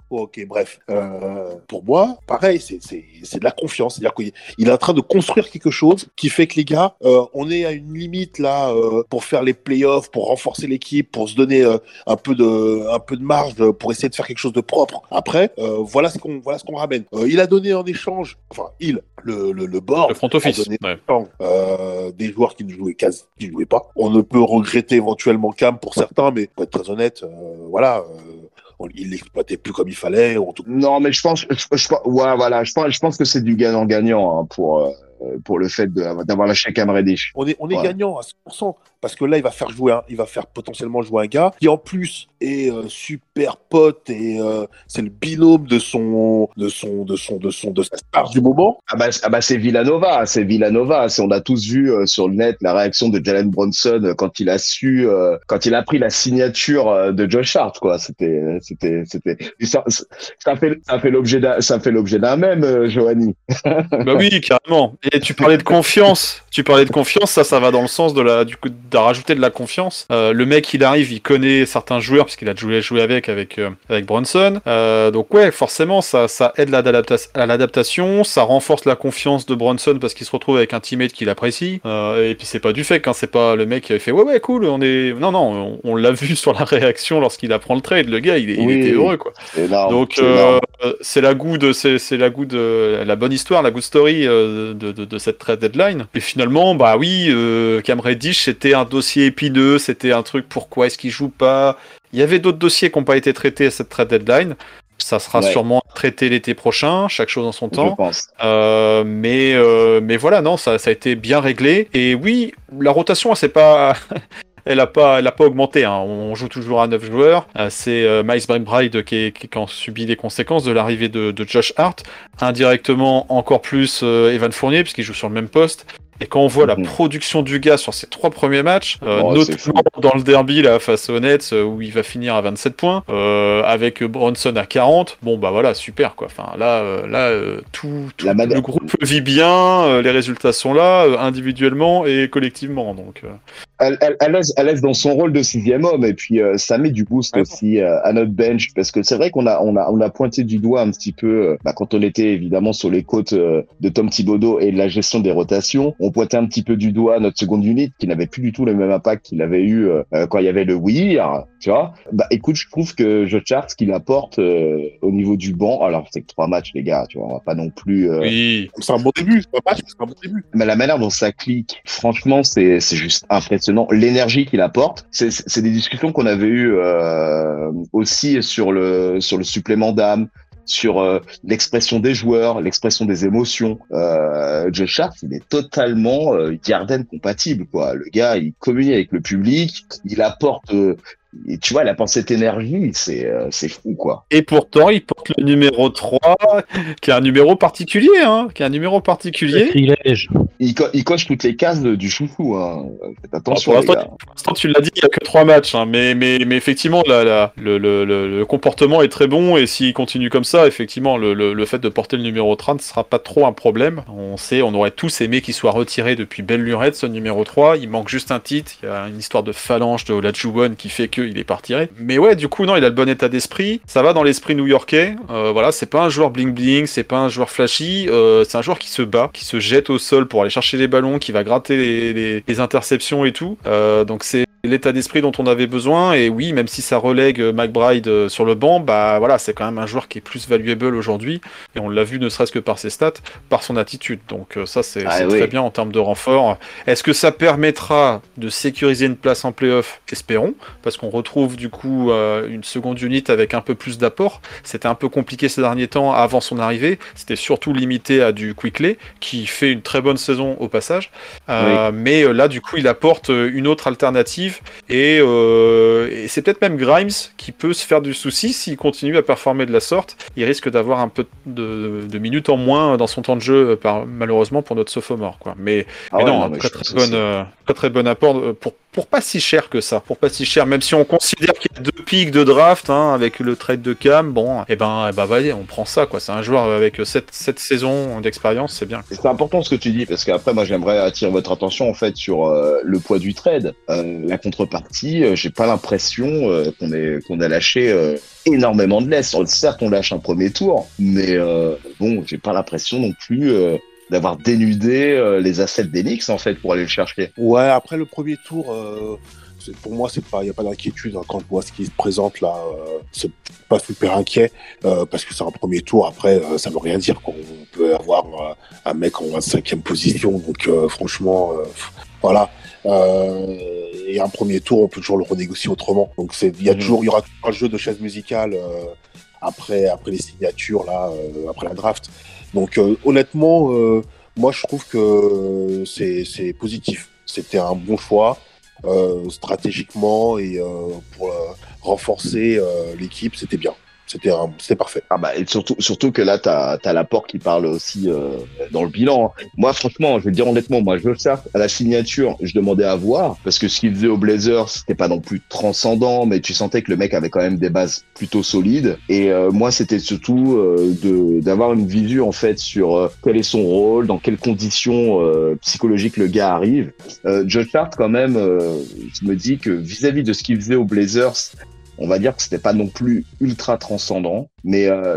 Ok, bref. Euh, pour moi, pareil, c'est, c'est, c'est de la confiance. C'est-à-dire qu'il il est en train de construire quelque chose qui fait que les gars, euh, on est à une limite là euh, pour faire les playoffs, pour renforcer l'équipe, pour se donner euh, un peu de, un peu de marge, pour essayer de faire quelque chose de propre. Après, euh, voilà ce qu'on, voilà ce qu'on ramène. Euh, il a donné en échange, enfin, il, le, le, le board, Le front office. a donné Ouais. en échange, euh, des joueurs qui ne jouaient quasi, qui ne jouaient pas. On ne peut regretter éventuellement Cam pour certains, mais pour être très honnête, euh, voilà. Euh, on- il l'exploitait plus comme il fallait. En tout... Non, mais je pense, je, je, ouais, voilà, je pense, je pense que c'est du gagnant-gagnant hein, pour euh, pour le fait de, d'avoir lâché Cam Reddish. On est, on est Ouais. gagnant à cent pour cent parce que là, il va faire jouer, un, il va faire potentiellement jouer un gars qui en plus est euh, super pote et euh, c'est le binôme de son, de son, de son, de son, de sa star du moment. Ah bah, ah bah c'est Villanova, c'est Villanova. C'est, on a tous vu euh, sur le net la réaction de Jalen Brunson euh, quand il a su, euh, quand il a pris la signature euh, de Josh Hart, quoi. C'était, c'était, c'était. Ça, ça fait, ça fait l'objet d'un, ça fait l'objet d'un mème, euh, Johanny. Bah oui, carrément. Et tu parlais de confiance. Tu parlais de confiance, ça, ça va dans le sens de la, du coup, de rajouter de la confiance. Euh, le mec, il arrive, il connaît certains joueurs parce qu'il a joué, joué avec, avec, euh, avec Brunson. Euh, donc ouais, forcément, ça, ça aide l'adapta- à l'adaptation, ça renforce la confiance de Brunson parce qu'il se retrouve avec un teammate qu'il apprécie. Euh, et puis c'est pas du fake, hein, c'est pas le mec qui avait fait ouais ouais cool, on est. Non non, on, on l'a vu sur la réaction lorsqu'il apprend le trade. Le gars, il, est, il Oui, était heureux quoi. c'est énorme. Donc c'est euh, énorme. c'est la good, c'est, c'est la good, euh, la bonne histoire, la good story euh, de, de, de cette trade deadline. Et finalement, bah oui, euh, Cam Reddish, c'était un dossier épineux, c'était un truc pourquoi est-ce qu'il joue pas. Il y avait d'autres dossiers qui n'ont pas été traités à cette trade deadline. Ça sera Ouais. sûrement traité l'été prochain, chaque chose en son Je temps. pense. Euh, mais euh, mais voilà, non, ça, ça a été bien réglé. Et oui, la rotation, c'est pas. Elle a pas, elle a pas augmenté. Hein. On joue toujours à neuf joueurs. Euh, c'est euh, Miles Bride qui, est- qui, qui en subit les conséquences de l'arrivée de, de Josh Hart. Indirectement, encore plus euh, Evan Fournier, puisqu'il joue sur le même poste. Et quand on voit la Mhm. production du gars sur ses trois premiers matchs, euh, Oh, c'est fou. notamment dans le derby là, face aux Nets, euh, où il va finir à vingt-sept points, euh, avec Bronson à quarante, bon bah voilà, super quoi. Enfin là, euh, là euh, tout, tout La mad- le groupe vit bien, euh, les résultats sont là, euh, individuellement et collectivement. Donc, euh, Elle, elle, elle, laisse, elle laisse dans son rôle de sixième homme et puis euh, ça met du boost Ouais. aussi euh, à notre bench parce que c'est vrai qu'on a on a on a pointé du doigt un petit peu euh, bah, quand on était évidemment sur les côtes euh, de Tom Thibodeau et de la gestion des rotations, on pointait un petit peu du doigt notre seconde unit qui n'avait plus du tout le même impact qu'il avait eu euh, quand il y avait le Weir, tu vois. Bah écoute, je trouve que Josh Hart ce qu'il apporte euh, au niveau du banc, alors c'est que trois matchs les gars, tu vois, on va pas non plus euh, oui. C'est un bon début, c'est pas mal, c'est un bon début. mais la manière dont ça clique, franchement, c'est c'est juste impressionnant. L'énergie qu'il apporte, c'est c'est des discussions qu'on avait eues euh, aussi sur le sur le supplément d'âme, sur euh, l'expression des joueurs, l'expression des émotions. Euh, Josh Hart, il est totalement euh, Garden compatible, quoi. Le gars, il communique avec le public, il apporte. Euh, et tu vois, il apporte cette énergie, c'est euh, c'est fou, quoi. Et pourtant, il porte le numéro trois, qui est un numéro particulier, hein, qui est un numéro particulier. Sacrilège. Il, co il coche toutes les cases de- du chouchou, hein. Faites attention, Alors, les pour gars. l'instant, pour l'instant, tu l'as dit, il n'y a que trois matchs, hein, mais, mais, mais effectivement, la, la, le, le, le, le comportement est très bon, et s'il continue comme ça, effectivement, le, le, le fait de porter le numéro trois ne sera pas trop un problème. On sait, on aurait tous aimé qu'il soit retiré depuis belle lurette, ce numéro trois. Il manque juste un titre, il y a une histoire de phalange de Olajuwon qui fait qu'il est pas retiré. Mais ouais, du coup, non, il a le bon état d'esprit, ça va dans l'esprit new-yorkais. Euh, voilà, c'est pas un joueur bling-bling, c'est pas un joueur flashy, euh, c'est un joueur qui se bat, qui se jette au sol pour aller chercher les ballons, qui va gratter les, les, les interceptions et tout. Euh, donc c'est l'état d'esprit dont on avait besoin. Et oui, même si ça relègue McBride sur le banc, bah voilà, c'est quand même un joueur qui est plus valuable aujourd'hui. Et on l'a vu ne serait-ce que par ses stats, par son attitude. Donc euh, ça, c'est Ah c'est oui. très bien en termes de renfort. Est-ce que ça permettra de sécuriser une place en play-off? Espérons, parce qu'on retrouve du coup euh, une seconde unit avec un peu plus d'apport. C'était un peu compliqué ces derniers temps avant son arrivée. C'était surtout limité à du Quickley, qui fait une très bonne saison au passage. Euh, mais euh, là, du coup, il apporte euh, une autre alternative. Et, euh, et c'est peut-être même Grimes qui peut se faire du souci s'il continue à performer de la sorte. Il risque d'avoir un peu de, de minutes en moins dans son temps de jeu, par, malheureusement pour notre sophomore, quoi. Mais, Ah mais ouais, non, non, un mais très je très pense bon, aussi. euh, très très bon apport pour pour pas si cher que ça, pour pas si cher, même si on considère qu'il y a deux pics de draft, hein, avec le trade de Cam, bon, et ben, et ben, vas-y, on prend ça, quoi. C'est un joueur avec sept saisons d'expérience, c'est bien. C'est important ce que tu dis, parce qu'après, moi, j'aimerais attirer votre attention, en fait, sur euh, le poids du trade. Euh, la contrepartie, euh, j'ai pas l'impression euh, qu'on ait, qu'on a lâché euh, énormément de laisse. Certes, on lâche un premier tour, mais euh, bon, j'ai pas l'impression non plus euh, d'avoir dénudé euh, les assets d'Enix, en fait, pour aller le chercher. Ouais, après le premier tour, euh, c'est, pour moi, c'est pas, y a pas d'inquiétude, hein, quand je vois ce qui se présente là. Euh, c'est pas super inquiet, euh, parce que c'est un premier tour. Après, euh, ça veut rien dire, quoi. On peut avoir euh, un mec en vingt-cinquième position, donc euh, franchement, euh, voilà. Euh, et un premier tour, on peut toujours le renégocier autrement. Donc c'est, il y a mmh. toujours, il y aura toujours un jeu de chaise musicale euh, après, après les signatures là, euh, après la draft. Donc euh, honnêtement, euh, moi je trouve que c'est, c'est positif. C'était un bon choix euh, stratégiquement et euh, pour euh, renforcer euh, l'équipe, c'était bien. C'était, un, c'était parfait. Ah bah, et surtout, surtout que là, t'as, t'as l'apport qui parle aussi euh, dans le bilan. Moi, franchement, je vais te dire honnêtement, moi, je sais, à la signature, je demandais à voir, parce que ce qu'il faisait aux Blazers, c'était pas non plus transcendant, mais tu sentais que le mec avait quand même des bases plutôt solides. Et euh, moi, c'était surtout euh, de d'avoir une visu, en fait, sur euh, quel est son rôle, dans quelles conditions euh, psychologiques le gars arrive. Euh, Josh Hart, quand même, euh, je me dis que vis-à-vis de ce qu'il faisait aux Blazers, on va dire que c'était pas non plus ultra transcendant, mais euh,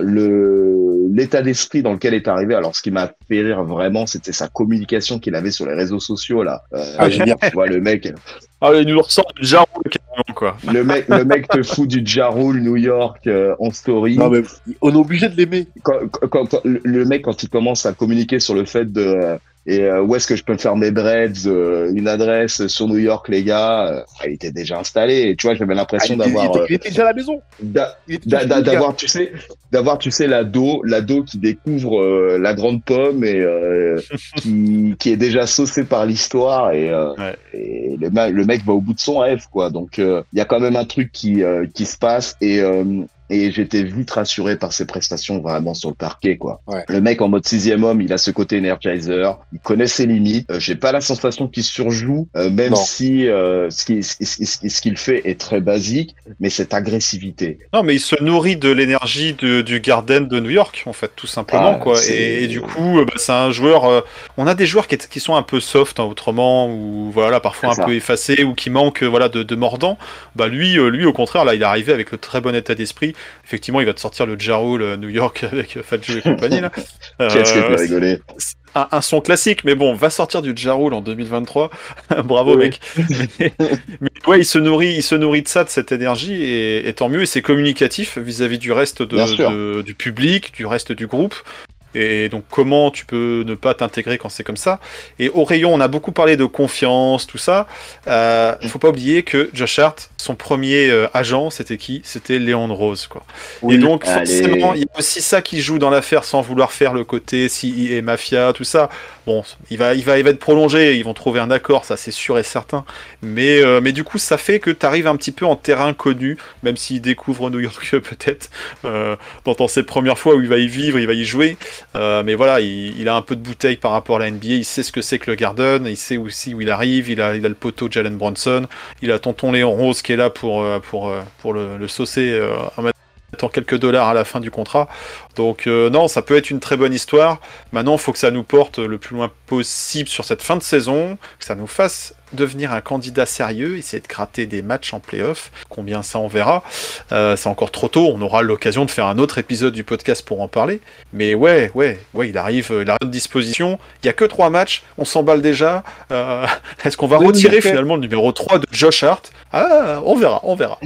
le l'état d'esprit dans lequel est arrivé. Alors, ce qui m'a fait rire vraiment, c'était sa communication qu'il avait sur les réseaux sociaux là. Euh, ah, j'aime bien. Tu vois, le mec. Ah, il nous ressort du Ja Rule carrément, quoi. Le mec, le mec te fout du Ja Rule New York euh, en story. Non mais on est obligé de l'aimer. Quand, quand, quand le mec, quand il commence à communiquer sur le fait de euh, et euh, où est-ce que je peux me faire mes dreads, euh, une adresse sur New York, les gars, euh, il était déjà installé. Et tu vois, j'avais l'impression ah, il, d'avoir. Il, il, il était déjà à la maison. D'a, d'a, d'a, d'avoir, tu sais, d'avoir, tu sais, l'ado, l'ado qui découvre euh, la grande pomme et euh, qui, qui est déjà saucé par l'histoire et, euh, ouais. et le, le mec va au bout de son rêve, quoi. Donc, il euh, y a quand même un truc qui, euh, qui se passe et. Euh, Et j'étais vite rassuré par ses prestations vraiment sur le parquet, quoi. Ouais. Le mec en mode sixième homme, il a ce côté energizer, il connaît ses limites. Euh, j'ai pas la sensation qu'il surjoue, euh, même non. si euh, ce, qui, ce, ce, ce qu'il fait est très basique, mais cette agressivité. Non, mais il se nourrit de l'énergie de, du Garden de New York, en fait, tout simplement, ah, quoi. Et, et du coup, bah, c'est un joueur. Euh, on a des joueurs qui, qui sont un peu soft, hein, autrement, ou voilà, parfois c'est un ça. peu effacés, ou qui manquent, voilà, de, de mordant. Bah lui, euh, lui, au contraire, là, il est arrivé avec le très bon état d'esprit. Effectivement, il va te sortir le Ja Rule New York avec Fat Joe et compagnie. Là. Qu'est-ce euh, que tu rigoler un, un son classique, mais bon, va sortir du Ja Rule en deux mille vingt-trois. Bravo, oui. mec. mais, mais ouais, il se nourrit, il se nourrit de ça, de cette énergie, et, et tant mieux. Et c'est communicatif vis-à-vis du reste de, de, du public, du reste du groupe. Et donc, comment tu peux ne pas t'intégrer quand c'est comme ça? Et au rayon, on a beaucoup parlé de confiance, tout ça. Il euh, ne faut pas oublier que Josh Hart, son premier euh, agent, c'était qui? C'était Léon Rose, quoi. Oui, et donc, allez. forcément, il y a aussi ça qui joue dans l'affaire sans vouloir faire le côté C I A Mafia, tout ça. Bon, il va, il va, il va être prolongé, ils vont trouver un accord, ça c'est sûr et certain. Mais, euh, mais du coup, ça fait que tu arrives un petit peu en terrain connu, même s'il découvre New York peut-être, euh, pendant ses premières fois où il va y vivre, il va y jouer. Euh, mais voilà, il, il a un peu de bouteille par rapport à la N B A, il sait ce que c'est que le Garden, il sait aussi où il arrive, il a, il a le poteau Jalen Brunson, il a tonton Léon Rose qui est là pour, pour, pour le, le saucer euh, en mettant quelques dollars à la fin du contrat. Donc euh, non, ça peut être une très bonne histoire. Maintenant, il faut que ça nous porte le plus loin possible sur cette fin de saison, que ça nous fasse devenir un candidat sérieux, essayer de gratter des matchs en play-off. Combien ça, on verra. Euh, c'est encore trop tôt, on aura l'occasion de faire un autre épisode du podcast pour en parler. Mais ouais, ouais, ouais, il arrive, il a une disposition. Il n'y a que trois matchs, on s'emballe déjà. Euh, est-ce qu'on va oui, retirer finalement le numéro trois de Josh Hart? Ah, on verra, on verra.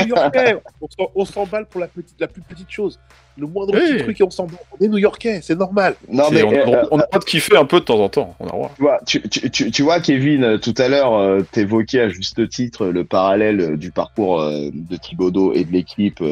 on s'emballe pour la, petite, la plus petite chose. Le moindre oui. petit truc et on s'en bat. On est New-Yorkais, c'est normal. Non, mais, on, euh, on a le droit de kiffer un peu de temps en temps. On a droit. Tu, vois, tu, tu, tu, tu vois, Kevin, tout à l'heure, euh, t'évoquais à juste titre le parallèle du parcours euh, de Thibodeau et de l'équipe euh,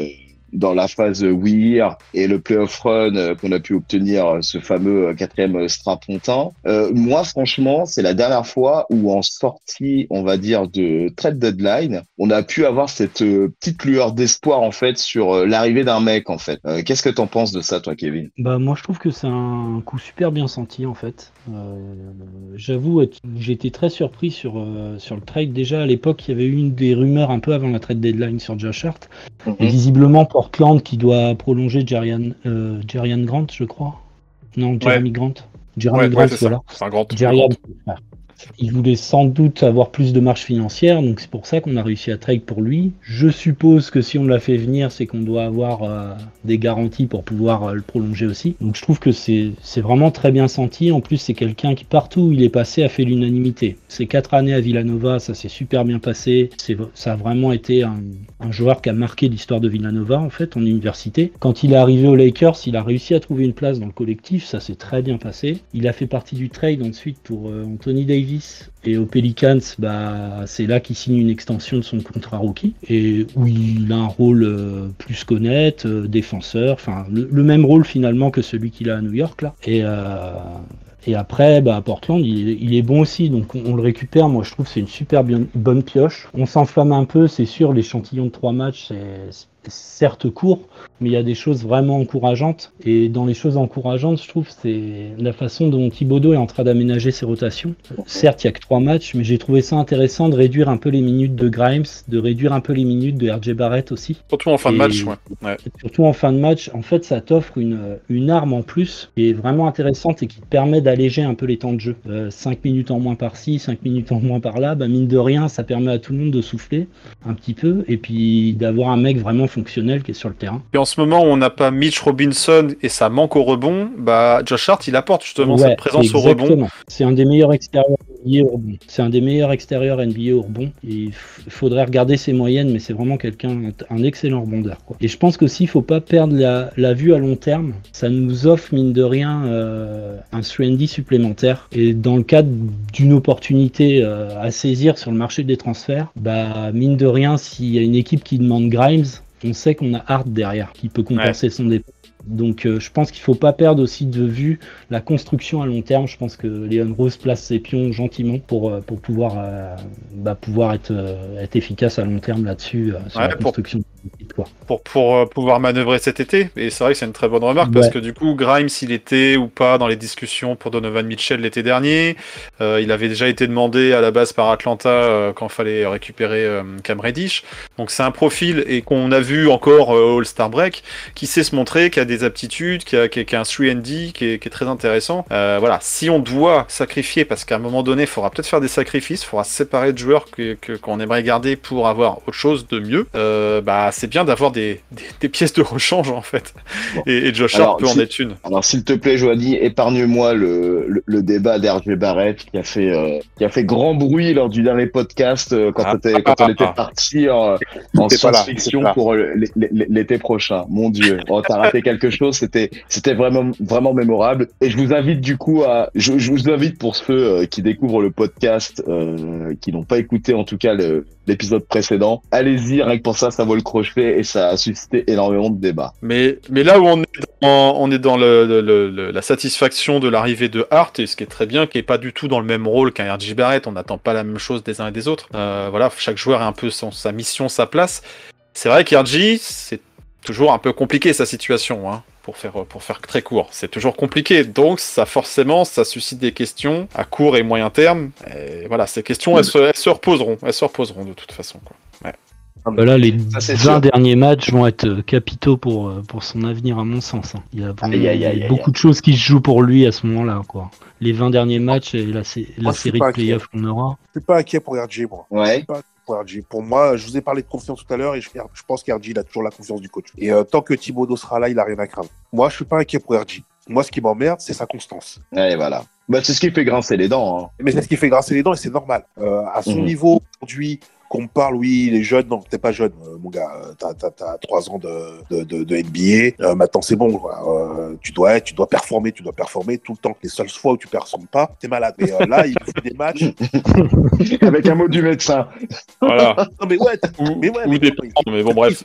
dans la phase weir et le playoff run euh, qu'on a pu obtenir, euh, ce fameux euh, quatrième euh, strapontin. Euh, moi, franchement, c'est la dernière fois où en sortie, on va dire, de trade deadline, on a pu avoir cette euh, petite lueur d'espoir en fait sur euh, l'arrivée d'un mec en fait. Euh, qu'est-ce que t'en penses de ça, toi, Kevin? Bah moi je trouve que c'est un coup super bien senti en fait. Euh, j'avoue être- j'ai été très surpris sur, euh, sur le trade. Déjà à l'époque il y avait eu une des rumeurs un peu avant la trade deadline sur Josh Hart. Et Mhm. visiblement Portland qui doit prolonger Jerian, euh, Jerian Grant je crois. Non, Jeremy Grant. Jeremy Ouais, Grant ouais, c'est ça. voilà. C'est un grand. Jerian, grand. il voulait sans doute avoir plus de marge financière, donc c'est pour ça qu'on a réussi à trade pour lui. Je suppose que si on l'a fait venir, c'est qu'on doit avoir euh, des garanties pour pouvoir euh, le prolonger aussi. Donc je trouve que c'est c'est vraiment très bien senti. En plus, c'est quelqu'un qui, partout où il est passé, a fait l'unanimité. Ces quatre années à Villanova, ça s'est super bien passé. C'est, ça a vraiment été un, un joueur qui a marqué l'histoire de Villanova, en fait, en université. Quand il est arrivé aux Lakers, il a réussi à trouver une place dans le collectif. Ça s'est très bien passé. Il a fait partie du trade ensuite pour euh, Anthony Davis. Et aux Pelicans, bah, c'est là qu'il signe une extension de son contrat rookie et où il a un rôle euh, plus qu'honnête, euh, défenseur, enfin le, le même rôle finalement que celui qu'il a à New York là. Et, euh, et après, bah, à Portland, il est, il est bon aussi, donc on, on le récupère. Moi, je trouve que c'est une super bien, bonne pioche. On s'enflamme un peu, c'est sûr, l'échantillon de trois matchs, c'est certes court, mais il y a des choses vraiment encourageantes. Et dans les choses encourageantes, je trouve, c'est la façon dont Thibodeau est en train d'aménager ses rotations. Certes, il n'y a que trois matchs, mais j'ai trouvé ça intéressant de réduire un peu les minutes de Grimes, de réduire un peu les minutes de R J Barrett aussi. Surtout en fin Et de match, ouais. ouais. Surtout en fin de match, en fait, ça t'offre une, une arme en plus qui est vraiment intéressante et qui te permet d'alléger un peu les temps de jeu. Euh, cinq minutes en moins par-ci, cinq minutes en moins par-là, bah mine de rien, ça permet à tout le monde de souffler un petit peu et puis d'avoir un mec vraiment fonctionnel qui est sur le terrain. Et en ce moment où on n'a pas Mitch Robinson et ça manque au rebond, bah Josh Hart il apporte justement Ouais, cette présence exactement. au rebond. C'est un des meilleurs extérieurs N B A au rebond. C'est un des meilleurs extérieurs N B A au rebond. Il f- faudrait regarder ses moyennes, mais c'est vraiment quelqu'un, un excellent rebondeur, quoi. Et je pense qu'aussi, il faut pas perdre la, la vue à long terme. Ça nous offre, mine de rien, euh, un trois and D supplémentaire. Et dans le cadre d'une opportunité euh, à saisir sur le marché des transferts, bah mine de rien, s'il y a une équipe qui demande Grimes, on sait qu'on a Hart derrière, qui peut compenser ouais. son dépôt. Donc euh, je pense qu'il ne faut pas perdre aussi de vue la construction à long terme. Je pense que Leon Rose place ses pions gentiment pour, pour pouvoir, euh, bah, pouvoir être, euh, être efficace à long terme là-dessus, euh, sur ouais, la construction. Pour, pour, pour euh, pouvoir manœuvrer cet été. Et c'est vrai que c'est une très bonne remarque ouais. parce que du coup, Grimes, il était ou pas dans les discussions pour Donovan Mitchell l'été dernier. Euh, il avait déjà été demandé à la base par Atlanta euh, quand il fallait récupérer euh, Cam Reddish. Donc c'est un profil et qu'on a vu encore euh, All-Star Break qui sait se montrer, qui a des aptitudes, qui a, qui a, qui a un trois and D qui est, qui est très intéressant. Euh, voilà, si on doit sacrifier, parce qu'à un moment donné, il faudra peut-être faire des sacrifices, il faudra se séparer de joueurs que, que, qu'on aimerait garder pour avoir autre chose de mieux, euh, bah c'est bien d'avoir des, des, des pièces de rechange en fait. Bon. Et, et Josh Hart peut si, en être une. Alors s'il te plaît, Joanie, épargne-moi le, le, le débat d'R J Barrett qui a fait euh, qui a fait grand bruit lors du dernier podcast euh, quand, ah, était, quand ah, on ah, était ah. parti en, en science-fiction pour l'été prochain. Mon Dieu, oh, t'as raté quelque chose. C'était c'était vraiment vraiment mémorable. Et je vous invite du coup à je, je vous invite pour ceux euh, qui découvrent le podcast, euh, qui n'ont pas écouté en tout cas le l'épisode précédent, allez-y, rien que pour ça, ça vaut le crochet et ça a suscité énormément de débats. Mais, mais là où on est dans, on est dans le, le, le, la satisfaction de l'arrivée de Hart, et ce qui est très bien, qui n'est pas du tout dans le même rôle qu'un R J Barrett, on n'attend pas la même chose des uns et des autres. Euh, voilà, chaque joueur a un peu son, sa mission, sa place. C'est vrai qu'R J, c'est toujours un peu compliqué sa situation, hein. Pour faire, pour faire très court. C'est toujours compliqué. Donc, ça, forcément, ça suscite des questions à court et moyen terme. Et voilà, ces questions, elles se, elles se reposeront. Elles se reposeront de toute façon, quoi. Ouais. Voilà, les ça, vingt derniers matchs vont être capitaux pour, pour son avenir, à mon sens. Hein. Il y a vraiment, aïe, aïe, aïe, beaucoup aïe. de choses qui se jouent pour lui à ce moment-là, quoi. Les vingt derniers matchs et la, la moi, série de playoffs qu'on aura. Je suis pas inquiet pour R J, moi. Ouais. Pour R J. Pour moi, je vous ai parlé de confiance tout à l'heure et je, je pense qu'R J il a toujours la confiance du coach. Et euh, tant que Thibodeau sera là, il a rien à craindre. Moi, je suis pas inquiet pour R J. Moi, ce qui m'emmerde, c'est sa constance. Ouais, voilà. Bah, c'est ce qui fait grincer les dents. Hein. Mais c'est ce qui fait grincer les dents et c'est normal. Euh, à son mmh. niveau aujourd'hui, qu'on me parle, oui, il est jeune. Non, t'es pas jeune, euh, mon gars. T'as, t'as, t'as trois ans de, de, de, de N B A. Euh, maintenant, c'est bon. Euh, tu dois être, tu dois performer, tu dois performer tout le temps. Les seules fois où tu performes pas, t'es malade. Mais euh, là, il fait des matchs. Avec un mot du médecin. Voilà. Non, mais ouais. Ou, mais, ouais, ou mais, des mais, mais bon, bref.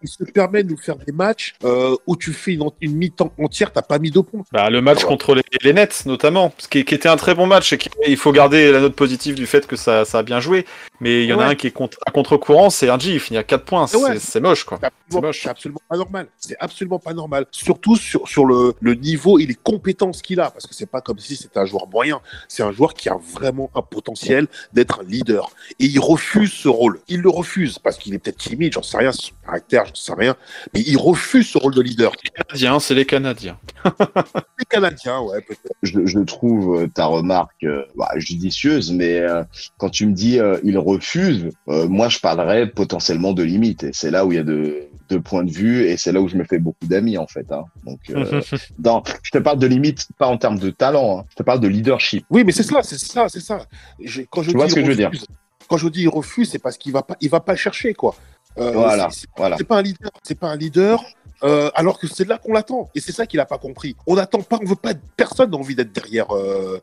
il se permet de nous faire des matchs euh, où tu fais une, une mi-temps entière, t'as pas mis deux points. Bah, le match ah ouais. contre les, les Nets, notamment, ce qui, qui était un très bon match, et qui, il faut garder la note positive du fait que ça, ça a bien joué, mais il y en ouais. a un qui est contre, à contre-courant, c'est R G, il finit à quatre points, c'est, ouais. c'est moche, quoi. C'est, c'est moche. C'est absolument pas normal. C'est absolument pas normal. Surtout sur, sur le, le niveau et les compétences qu'il a, parce que c'est pas comme si c'était un joueur moyen, c'est un joueur qui a vraiment un potentiel d'être un leader. Et il refuse ce rôle. Il le refuse, parce qu'il est peut-être timide, j'en sais rien, c'est son caractère, j'en sais rien, mais il refuse ce rôle de leader. Les Canadiens, c'est les Canadiens. Les Canadiens, ouais, peut-être. Je, je trouve ta remarque euh, bah, judicieuse, mais euh, quand tu me dis euh, il refuse, euh, moi je parlerais potentiellement de limite. Et c'est là où il y a de, de points de vue, et c'est là où je me fais beaucoup d'amis en fait. Hein. Donc, euh, dans, je te parle de limite, pas en termes de talent, hein. Je te parle de leadership. Oui, mais c'est ça, c'est ça, c'est ça. Je, quand je tu dis vois ce que refuse, je veux dire. Quand je dis il refuse, c'est parce qu'il va pas, il va pas chercher quoi. Euh, voilà, c'est, c'est, voilà. C'est pas un leader, c'est pas un leader. Euh, alors que c'est là qu'on l'attend, et c'est ça qu'il a pas compris. On n'attend pas, on veut pas, personne n'a envie d'être derrière, euh,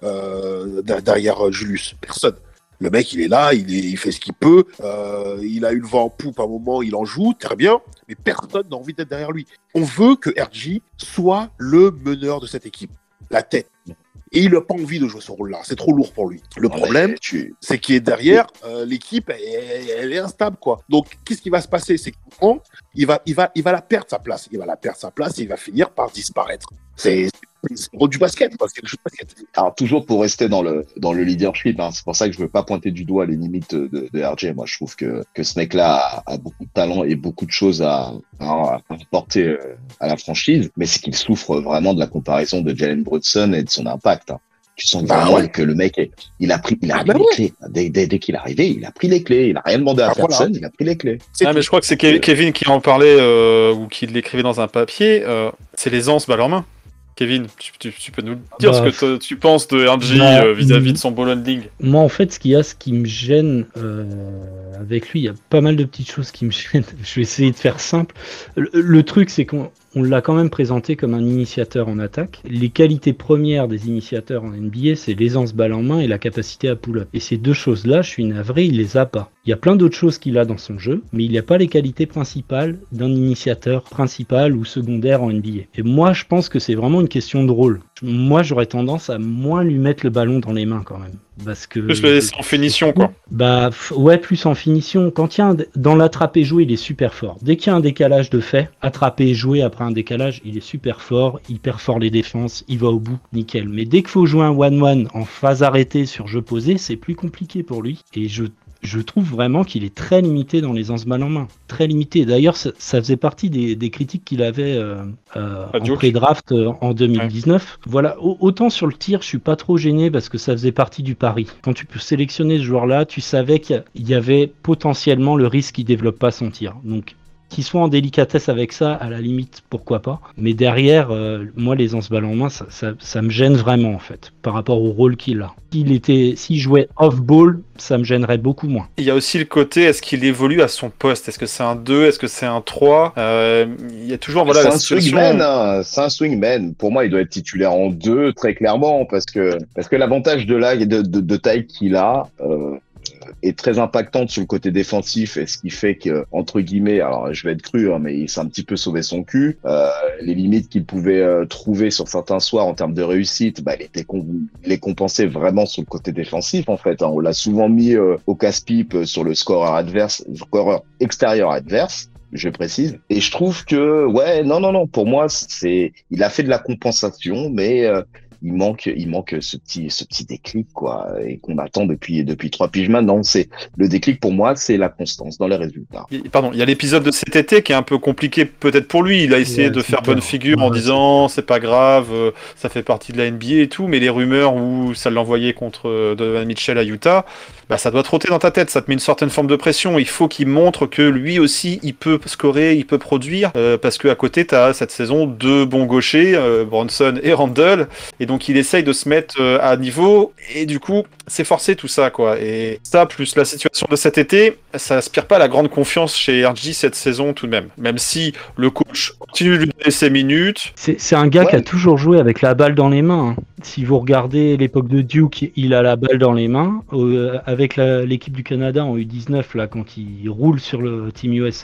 euh, derrière Julius, personne. Le mec, il est là, il, est, il fait ce qu'il peut, euh, il a eu le vent en poupe à un moment, il en joue, très bien, mais personne n'a envie d'être derrière lui. On veut que R J soit le meneur de cette équipe, la tête. Et il n'a pas envie de jouer ce rôle-là, c'est trop lourd pour lui. Le ouais, problème, tu... c'est qu'il est derrière, euh, l'équipe, elle, elle est instable, quoi. Donc, qu'est-ce qui va se passer? C'est qu'il va, il va, il va la perdre sa place. Il va la perdre sa place et il va finir par disparaître. C'est, c'est du basket, quoi. C'est quelque chose de basket. Alors, toujours pour rester dans le, dans le leadership, hein, c'est pour ça que je veux pas pointer du doigt les limites de, de R J. Moi, je trouve que, que ce mec-là a, a beaucoup de talent et beaucoup de choses à, à apporter à la franchise, mais c'est qu'il souffre vraiment de la comparaison de Jalen Brunson et de son impact. Hein. Tu sens bah vraiment ouais. que le mec, il a pris, il a ah pris bah les ouais. clés. Dès, dès, dès qu'il est arrivé, il a pris les clés. Il a rien demandé à ah personne, voilà. il a pris les clés. Ah, mais je crois que c'est Kevin qui en parlait euh, ou qui l'écrivait dans un papier. Euh, c'est l'aisance balle en main. Kevin, tu, tu, tu peux nous dire bah, ce que tu penses de R J bah, euh, vis-à-vis de son ball handling? Moi, en fait, ce qu'il y a, ce qui me gêne euh, avec lui, il y a pas mal de petites choses qui me gênent. Je vais essayer de faire simple. Le, le truc, c'est qu'on on l'a quand même présenté comme un initiateur en attaque. Les qualités premières des initiateurs en N B A, c'est l'aisance balle en main et la capacité à pull-up. Et ces deux choses-là, je suis navré, il les a pas. Il y a plein d'autres choses qu'il a dans son jeu, mais il n'y a pas les qualités principales d'un initiateur principal ou secondaire en N B A. Et moi, je pense que c'est vraiment une question de rôle. Moi, j'aurais tendance à moins lui mettre le ballon dans les mains quand même. Parce que plus le laisser en finition, quoi. Bah ouais, plus en finition. Quand il y a un, dans l'attraper jouer, il est super fort. Dès qu'il y a un décalage de fait, attraper et jouer après un décalage, il est super fort. Il perd fort les défenses, il va au bout, nickel. Mais dès qu'il faut jouer un one-one en phase arrêtée sur jeu posé, c'est plus compliqué pour lui. Et je Je trouve vraiment qu'il est très limité dans les aisance balle en main. Très limité. D'ailleurs, ça, ça faisait partie des, des critiques qu'il avait euh, euh, en pré-draft euh, en deux mille dix-neuf. Ouais. Voilà. Autant sur le tir, je suis pas trop gêné parce que ça faisait partie du pari. Quand tu peux sélectionner ce joueur-là, tu savais qu'il y avait potentiellement le risque qu'il développe pas son tir. Donc, qu'il soit en délicatesse avec ça, à la limite, pourquoi pas. Mais derrière, euh, moi, les aisance balle en main, ça, ça, ça me gêne vraiment, en fait, par rapport au rôle qu'il a. S'il était, s'il jouait off-ball, ça me gênerait beaucoup moins. Il y a aussi le côté, est-ce qu'il évolue à son poste? Est-ce que c'est un deux? Est-ce que c'est un trois? euh, Il y a toujours, voilà, c'est la un situation... swingman, hein. C'est un swingman. Pour moi, il doit être titulaire en deux, très clairement, parce que, parce que l'avantage de, la, de, de, de taille qu'il a, euh, est très impactante sur le côté défensif, et ce qui fait que, entre guillemets, alors je vais être cru, hein, mais il s'est un petit peu sauvé son cul. Euh, les limites qu'il pouvait euh, trouver sur certains soirs en termes de réussite, bah, il était com- il les compensait vraiment sur le côté défensif en fait. Hein. On l'a souvent mis euh, au casse-pipe sur le scoreur adverse, scoreur extérieur adverse. Je précise. Et je trouve que, ouais, non, non, non, pour moi, c'est, il a fait de la compensation, mais euh, il manque, il manque ce petit, ce petit déclic, quoi, et qu'on attend depuis, depuis trois piges maintenant. C'est, le déclic pour moi, c'est la constance dans les résultats. Pardon, il y a l'épisode de cet été qui est un peu compliqué peut-être pour lui. Il a essayé ouais, de faire bonne figure ouais, en disant, c'est pas grave, euh, ça fait partie de la N B A et tout, mais les rumeurs où ça l'envoyait contre Donovan Mitchell à Utah, bah, ça doit trotter dans ta tête, ça te met une certaine forme de pression. Il faut qu'il montre que lui aussi, il peut scorer, il peut produire, euh, parce qu'à côté, tu as cette saison deux bons gauchers, euh, Bronson et Randle, et donc il essaye de se mettre euh, à niveau, et du coup, c'est forcé tout ça, quoi. Et ça, plus la situation de cet été, ça aspire pas à la grande confiance chez R J cette saison tout de même. Même si le coach continue de lui donner ses minutes. C'est, c'est un gars ouais. qui a toujours joué avec la balle dans les mains. Hein. Si vous regardez l'époque de Duke, il a la balle dans les mains. Euh, avec la, l'équipe du Canada en U dix-neuf, là, quand il roule sur le Team U S A,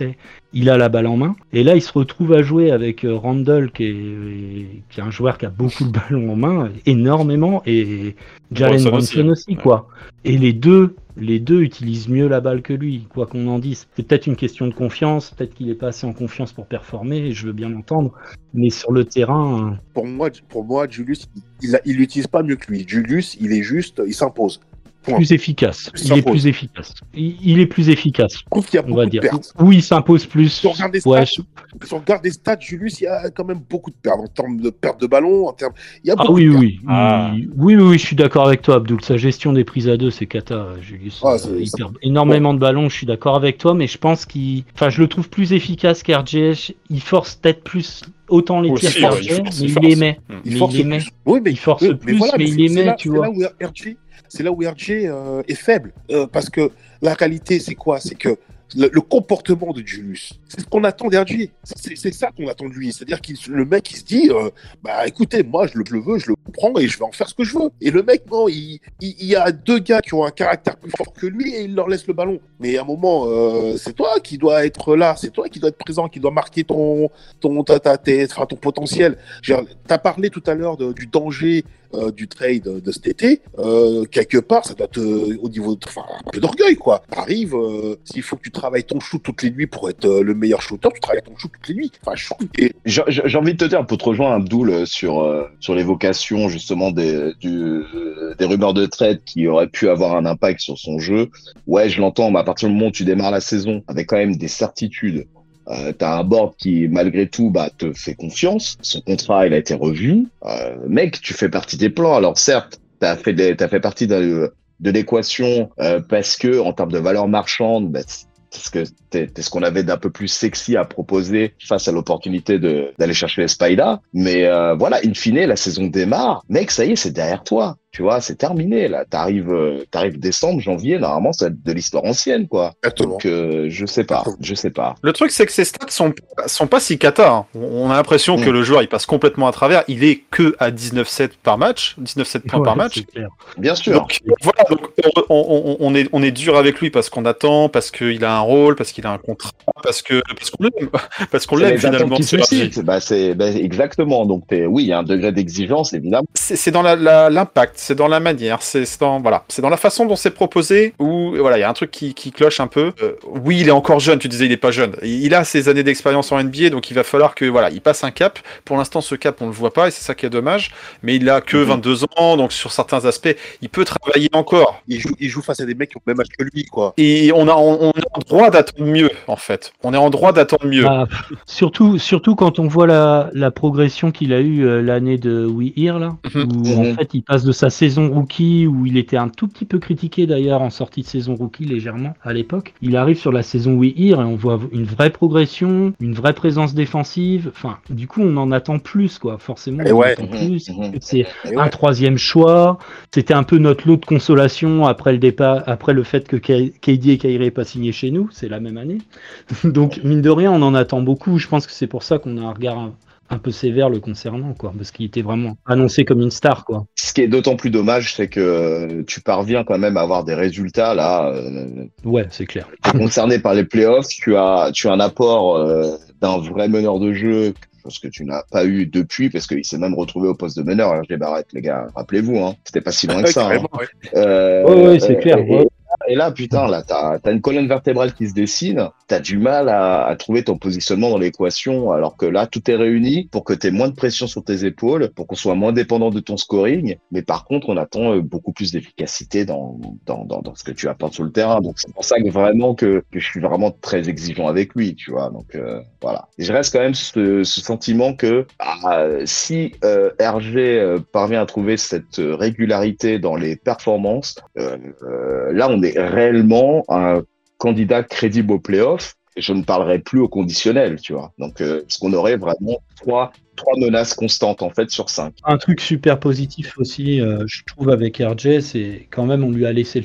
il a la balle en main. Et là, il se retrouve à jouer avec euh, Randle, qui est, qui est un joueur qui a beaucoup de ballons en main, énormément, et Jalen Brunson Brunson aussi, aussi, quoi. Et les deux, les deux utilisent mieux la balle que lui, quoi qu'on en dise. C'est peut-être une question de confiance, peut-être qu'il est pas assez en confiance pour performer, je veux bien l'entendre. Mais sur le terrain, Pour moi, pour moi, Julius, il, il l'utilise pas mieux que lui. Julius, il est juste, il s'impose. Point. plus efficace. Il Il est s'impose. plus efficace. Il, il est plus efficace, Je trouve qu'il y a on beaucoup va de dire. pertes. Oui, il s'impose plus. Si on regarde des Ouais, stats, si on regarde des stats, Julius, il y a quand même beaucoup de pertes en termes de pertes de ballon, en termes, il y a Ah beaucoup oui, de pertes. oui, Ah. oui, oui, oui, oui, je suis d'accord avec toi, Abdoul. Sa gestion des prises à deux, c'est cata, Julius. Ah, Euh, c'est- il ça- perd énormément de ballons, je suis d'accord avec toi, mais je pense qu'il, enfin, je le trouve plus efficace qu'R J. Il force peut-être plus autant les tirs Aussi, qu'R ouais, J, il force, mais il il force. les met. Mm. Il Mais force il les met. plus. Oui, mais Il force oui, mais plus, voilà, mais mais il c'est- les c'est met, là- tu c'est vois. là où R J, c'est là où R J euh, est faible, Euh, parce que la réalité, c'est quoi? C'est que le, le comportement de Julius, c'est ce qu'on attend d'R J. C'est c'est ça qu'on attend de lui. C'est-à-dire que le mec, il se dit, euh, bah écoutez, moi, je le, le veux, je le prends et je vais en faire ce que je veux. Et le mec, non, il, il, il y a deux gars qui ont un caractère plus fort que lui et il leur laisse le ballon. Mais à un moment, euh, c'est toi qui dois être là, c'est toi qui dois être présent, qui dois marquer ton, ton, ta, ta, ta, enfin, ton potentiel. Tu as parlé tout à l'heure de- du danger euh, du trade de, de cet été. Euh, quelque part, ça doit te, au niveau, de, enfin, un peu d'orgueil, quoi. T'arrives, euh, s'il faut que tu travailles ton shoot toutes les nuits pour être euh, le meilleur shooter, tu travailles ton shoot toutes les nuits. Enfin, je trouve. Et j'ai j'ai- j'ai envie de te dire, pour te rejoindre, Abdoul, euh, sur, euh, sur l'évocation justement des, du, euh, des rumeurs de trade qui auraient pu avoir un impact sur son jeu. Ouais, je l'entends, mais à partir du moment où tu démarres la saison avec quand même des certitudes, euh, t'as un board qui, malgré tout, bah, te fait confiance. Son contrat, il a été revu. Euh, mec, tu fais partie des plans. Alors certes, t'as fait, des, t'as fait partie de, de l'équation euh, parce que en termes de valeur marchande, bah, parce que t'es, t'es ce qu'on avait d'un peu plus sexy à proposer face à l'opportunité de, d'aller chercher les Spider. Mais euh, voilà, in fine, la saison démarre. Mec, ça y est, c'est derrière toi. Tu vois, c'est terminé, là. T'arrives, euh, t'arrives décembre, janvier, normalement, c'est de l'histoire ancienne, quoi. Exactement. Donc, euh, je sais pas, je sais pas. Le truc, c'est que ces stats sont, sont pas si cata. Hein. On a l'impression Mm. que le joueur, il passe complètement à travers. Il est que à dix-neuf sept par match, dix-neuf sept points Ouais, par match. c'est clair. Bien sûr. Donc voilà, donc, on, on- on est, on est dur avec lui parce qu'on attend, parce qu'il a un rôle, parce qu'il a un contrat, parce que parce qu'on l'aime, parce qu'on C'est l'aime les attentes finalement. qui sur R J. suscitent. Bah, c'est, bah, exactement. Donc, t'es- oui, il y a un degré d'exigence, évidemment. C'est c'est dans la- la- l'impact, c'est dans la manière, c'est c'est dans voilà, c'est dans la façon dont c'est proposé où voilà, il y a un truc qui, qui cloche un peu. Euh, oui, il est encore jeune. Tu disais, il est pas jeune. Il a ses années d'expérience en N B A, donc il va falloir que voilà, il passe un cap. Pour l'instant, ce cap, on le voit pas et c'est ça qui est dommage. Mais il a que Mhm. vingt-deux ans, donc sur certains aspects, il peut travailler encore. Il joue, il joue face à des mecs qui ont le même âge que lui, quoi. Et on a, on, on est en droit d'attendre mieux, en fait. On est en droit d'attendre mieux. Bah, surtout, surtout quand on voit la, la progression qu'il a eue euh, l'année de We Here, là, Mhm. où Mhm. en fait il passe de sa saison rookie, où il était un tout petit peu critiqué d'ailleurs en sortie de saison rookie légèrement à l'époque. Il arrive sur la saison We Here et on voit une vraie progression, une vraie présence défensive. Enfin, du coup, on en attend plus, quoi. Forcément, Et on ouais. en attend Mhm. plus. Mhm. C'est Et un ouais. troisième choix. C'était un peu notre lot de consolation après le départ, après le fait que K- KD et Kyrie n'aient pas signé chez nous. C'est la même année. Donc, mine de rien, on en attend beaucoup. Je pense que c'est pour ça qu'on a un regard un, un peu sévère le concernant, quoi. Parce qu'il était vraiment annoncé comme une star, quoi. Ce qui est d'autant plus dommage, c'est que euh, tu parviens quand même à avoir des résultats, là. Euh, Ouais, c'est clair. t'es concerné par les playoffs. Tu as, tu as un apport euh, d'un vrai meneur de jeu, chose que tu n'as pas eu depuis, parce qu'il s'est même retrouvé au poste de meneur. Alors, je dis, bah, arrête, les gars, rappelez-vous, hein. C'était pas si loin que ça. hein. Carrément, ouais. Euh, Ouais, ouais, c'est euh, clair, Et, ouais. et là, putain, là, t'as, t'as une colonne vertébrale qui se dessine. T'as du mal à, à trouver ton positionnement dans l'équation, alors que là, tout est réuni pour que t'aies moins de pression sur tes épaules, pour qu'on soit moins dépendant de ton scoring. Mais par contre, on attend euh, beaucoup plus d'efficacité dans, dans, dans, dans ce que tu apportes sur le terrain. Donc, c'est pour ça que vraiment que, que je suis vraiment très exigeant avec lui, tu vois. Donc, euh, voilà. Et je reste quand même ce, ce sentiment que ah, si euh, R G euh, parvient à trouver cette euh, régularité dans les performances, euh, euh, là, on est réellement un candidat crédible au playoff. Et je ne parlerai plus au conditionnel, tu vois. Donc, euh, parce qu'on aurait vraiment trois, trois menaces constantes, en fait, sur cinq. Un truc super positif aussi, euh, je trouve, avec R J, c'est quand même on lui a laissé le temps.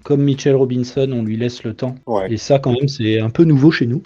comme Mitchell Robinson, on lui laisse le temps. Ouais. Et ça, quand même, c'est un peu nouveau chez nous.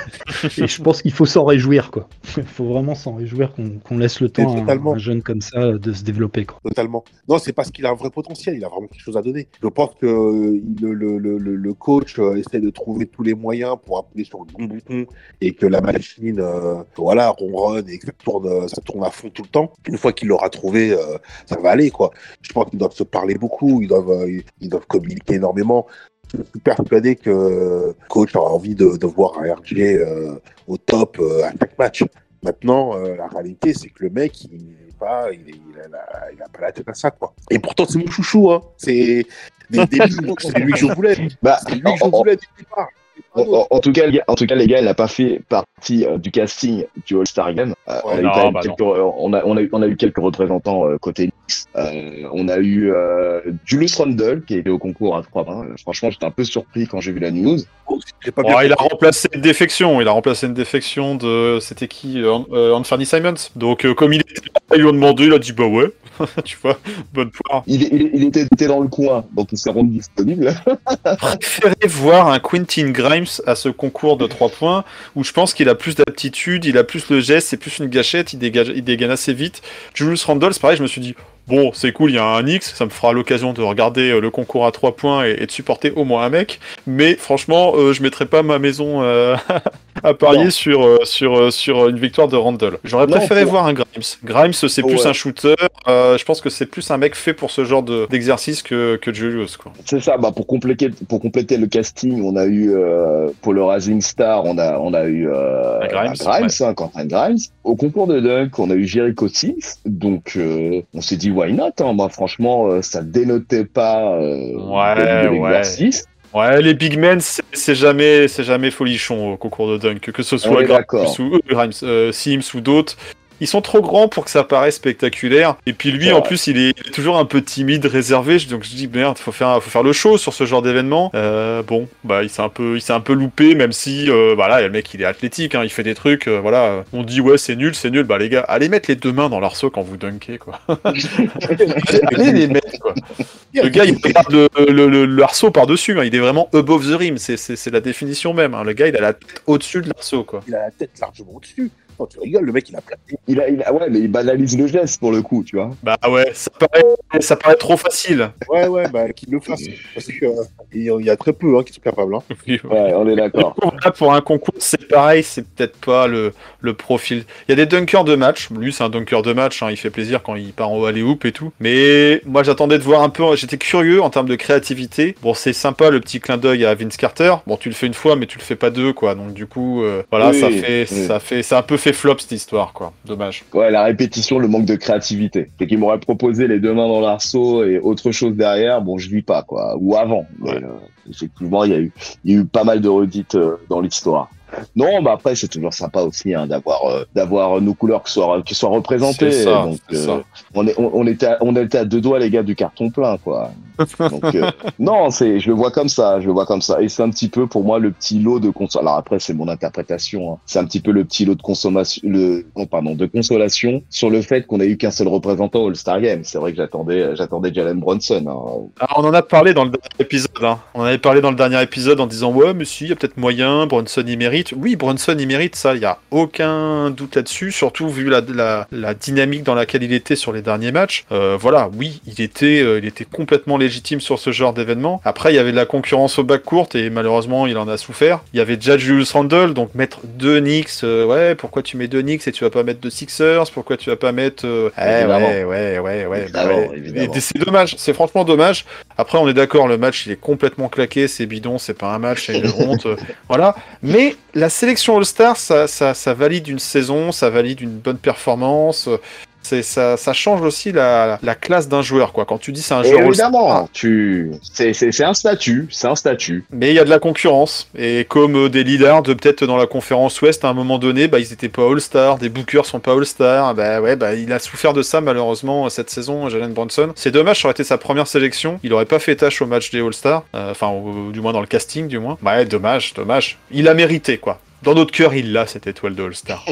Et je pense qu'il faut s'en réjouir, quoi. Il faut vraiment s'en réjouir qu'on, qu'on laisse le temps à un, un jeune comme ça de se développer, quoi. Totalement. Non, c'est parce qu'il a un vrai potentiel, il a vraiment quelque chose à donner. Je pense que euh, le, le, le, le coach euh, essaie de trouver tous les moyens pour appuyer sur le bon bouton et que la machine, euh, voilà, ronronne et que ça tourne, euh, ça tourne à fond tout le temps. Une fois qu'il l'aura trouvé, euh, ça va aller, quoi. Je pense qu'ils doivent se parler beaucoup, ils doivent, euh, ils doivent communiquer énormément. Je suis persuadé que le coach aura envie de, de voir un R J euh, au top euh, à chaque match. Maintenant, euh, la réalité, c'est que le mec, il n'est pas, il, est, il, a la, il a pas la tête à ça, quoi. Et pourtant, c'est mon chouchou, hein. C'est, des, des, c'est lui que je voulais. Bah, c'est lui que je voulais dès le départ. En, en, en tout cas, les gars, en tout cas, les gars, il n'a pas fait partie euh, du casting du All-Star Game. Euh, Ouais, on, a non, eu quand même bah quelques, on, a, on, a eu, on a eu quelques représentants euh, côté Knicks. Euh, on a eu euh, Julius Randle qui était au concours à trois points. Franchement, j'étais un peu surpris quand j'ai vu la news. Oh, j'ai pas Oh, bien il a compris. remplacé une défection. Il a remplacé une défection de. C'était qui euh, euh, Anthony Simons. Donc, euh, comme il était là, ils lui ont demandé, il a dit bah ouais. Tu vois, bonne poire. Il, il, il était, était dans le coin, donc il s'est rendu disponible. Préféré voir un Quentin Grimes à ce concours de trois points où je pense qu'il a plus d'aptitude, il a plus le geste, c'est plus une gâchette, il dégage, il dégaine assez vite. Julius Randle, c'est pareil, je me suis dit. Bon, c'est cool, il y a un X, ça me fera l'occasion de regarder le concours à trois points et, et de supporter au moins un mec. Mais franchement, euh, je mettrais pas ma maison euh, à parier sur, euh, sur, euh, sur une victoire de Randle. J'aurais Non, préféré pour- voir un Grimes. Grimes, c'est plus Ouais. un shooter. Euh, je pense que c'est plus un mec fait pour ce genre de, d'exercice que, que Julius, quoi. C'est ça, bah pour compléter pour compléter le casting, on a eu euh, pour le Rising Star, on a on a eu euh, Un Grimes, bah, Grimes, hein, Quentin Grimes. Au concours de dunk, on a eu Jericho Six, donc euh, on s'est dit why not, hein. Moi franchement, euh, ça dénotait pas euh, Ouais, de, de ouais. l'exercice. Ouais, les big men, c'est, c'est jamais, c'est jamais folichon au concours de dunk, que ce On soit est Grimes d'accord. ou euh, Grimes, euh, Sims ou d'autres. Ils sont trop grands pour que ça paraisse spectaculaire. Et puis lui, C'est en vrai. plus, il est, il est toujours un peu timide, réservé. Donc je dis merde, faut faire, faut faire le show sur ce genre d'événement. Euh, bon, bah il s'est un peu, il s'est un peu loupé, même si, euh, bah là, le mec, il est athlétique, hein, il fait des trucs. Euh, voilà, on dit ouais, c'est nul, c'est nul. Bah les gars, allez mettre les deux mains dans l'arceau quand vous dunkez, quoi. allez, allez les mettre, quoi. Le gars, il regarde le, le, le, le arceau par-dessus, hein. Il est vraiment above the rim, c'est, c'est, c'est la définition même, hein. Le gars, il a la tête au-dessus de l'arceau, quoi. Il a la tête largement au-dessus. Non, tu rigoles, le mec, il a platé. Il a, il a ouais, mais il banalise le geste pour le coup, tu vois. Bah ouais, ça paraît, ça paraît trop facile. Ouais, ouais, bah, qu'il le fasse. Parce qu'il euh, y a très peu hein, qui sont capables. Hein. Oui, Ouais, on est d'accord. Là, pour un concours, c'est pareil, c'est peut-être pas le, le profil. Il y a des dunkers de match. Lui, c'est un dunker de match, hein. Il fait plaisir quand il part en alley-oop et tout. Mais moi, j'attendais de voir un peu. J'étais curieux en termes de créativité. Bon, c'est sympa le petit clin d'œil à Vince Carter. Bon, tu le fais une fois, mais tu le fais pas deux, quoi. Donc, du coup, euh, voilà, Oui, ça fait, oui. ça fait, ça a un peu fait flop cette histoire, quoi. Dommage. Ouais, la répétition, le manque de créativité. C'est qu'il m'aurait proposé les deux mains dans l'arceau et autre chose derrière, bon, je vis pas, quoi. Ou avant. Mais, Ouais. euh, effectivement, il y a eu, il y a eu pas mal de redites euh, dans l'histoire. Non, bah après, c'est toujours sympa aussi hein, d'avoir euh, d'avoir nos couleurs qui soient, qui soient représentées. C'est ça, Donc, c'est ça. on, est, on, on était à, on était à deux doigts, les gars, du carton plein, quoi. Donc, euh, non, c'est, je le vois comme ça, je le vois comme ça. Et c'est un petit peu, pour moi, le petit lot de consolation. Alors après, c'est mon interprétation. Hein. C'est un petit peu le petit lot de consommation, le, non, pardon, de consolation sur le fait qu'on a eu qu'un seul représentant au All-Star Game. C'est vrai que j'attendais, j'attendais Jalen Brunson. Hein. Alors, on en a parlé dans le dernier épisode. Hein. On en avait parlé dans le dernier épisode en disant ouais, mais si, il y a peut-être moyen. Brunson y mérite. Oui, Brunson y mérite. Ça, il y a aucun doute là-dessus. Surtout vu la, la, la dynamique dans laquelle il était sur les derniers matchs. Euh, voilà, oui, il était, euh, il était complètement légitime sur ce genre d'événement. Après, il y avait de la concurrence au backcourt et malheureusement, il en a souffert. Il y avait déjà Julius Randle, donc mettre deux Knicks. Euh, ouais, pourquoi tu mets deux Knicks et tu vas pas mettre deux Sixers? Pourquoi tu vas pas mettre euh... eh, Évidemment. ouais, ouais, ouais, ouais, bah Évidemment, ouais. évidemment. Et c'est dommage. C'est franchement dommage. Après, on est d'accord, le match, il est complètement claqué, c'est bidon, c'est pas un match, c'est une honte. euh, Voilà. Mais la sélection All-Star, ça, ça, ça valide une saison, ça valide une bonne performance. C'est, ça, ça change aussi la, la classe d'un joueur, quoi. Quand tu dis c'est un Et joueur All-Star, évidemment, tu, c'est, c'est, c'est un statut, c'est un statut. mais il y a de la concurrence. Et comme euh, des leaders de peut-être dans la conférence Ouest, à un moment donné, bah, ils étaient pas All-Star, des bookers sont pas All-Star. Bah ouais, bah, il a souffert de ça malheureusement cette saison, Jalen Brunson. C'est dommage, ça aurait été sa première sélection. Il aurait pas fait tâche au match des All-Stars, euh, enfin, au- du moins dans le casting, du moins. Ouais, dommage, dommage. Il a mérité, quoi. dans notre cœur, il l'a, cette étoile de All-Star.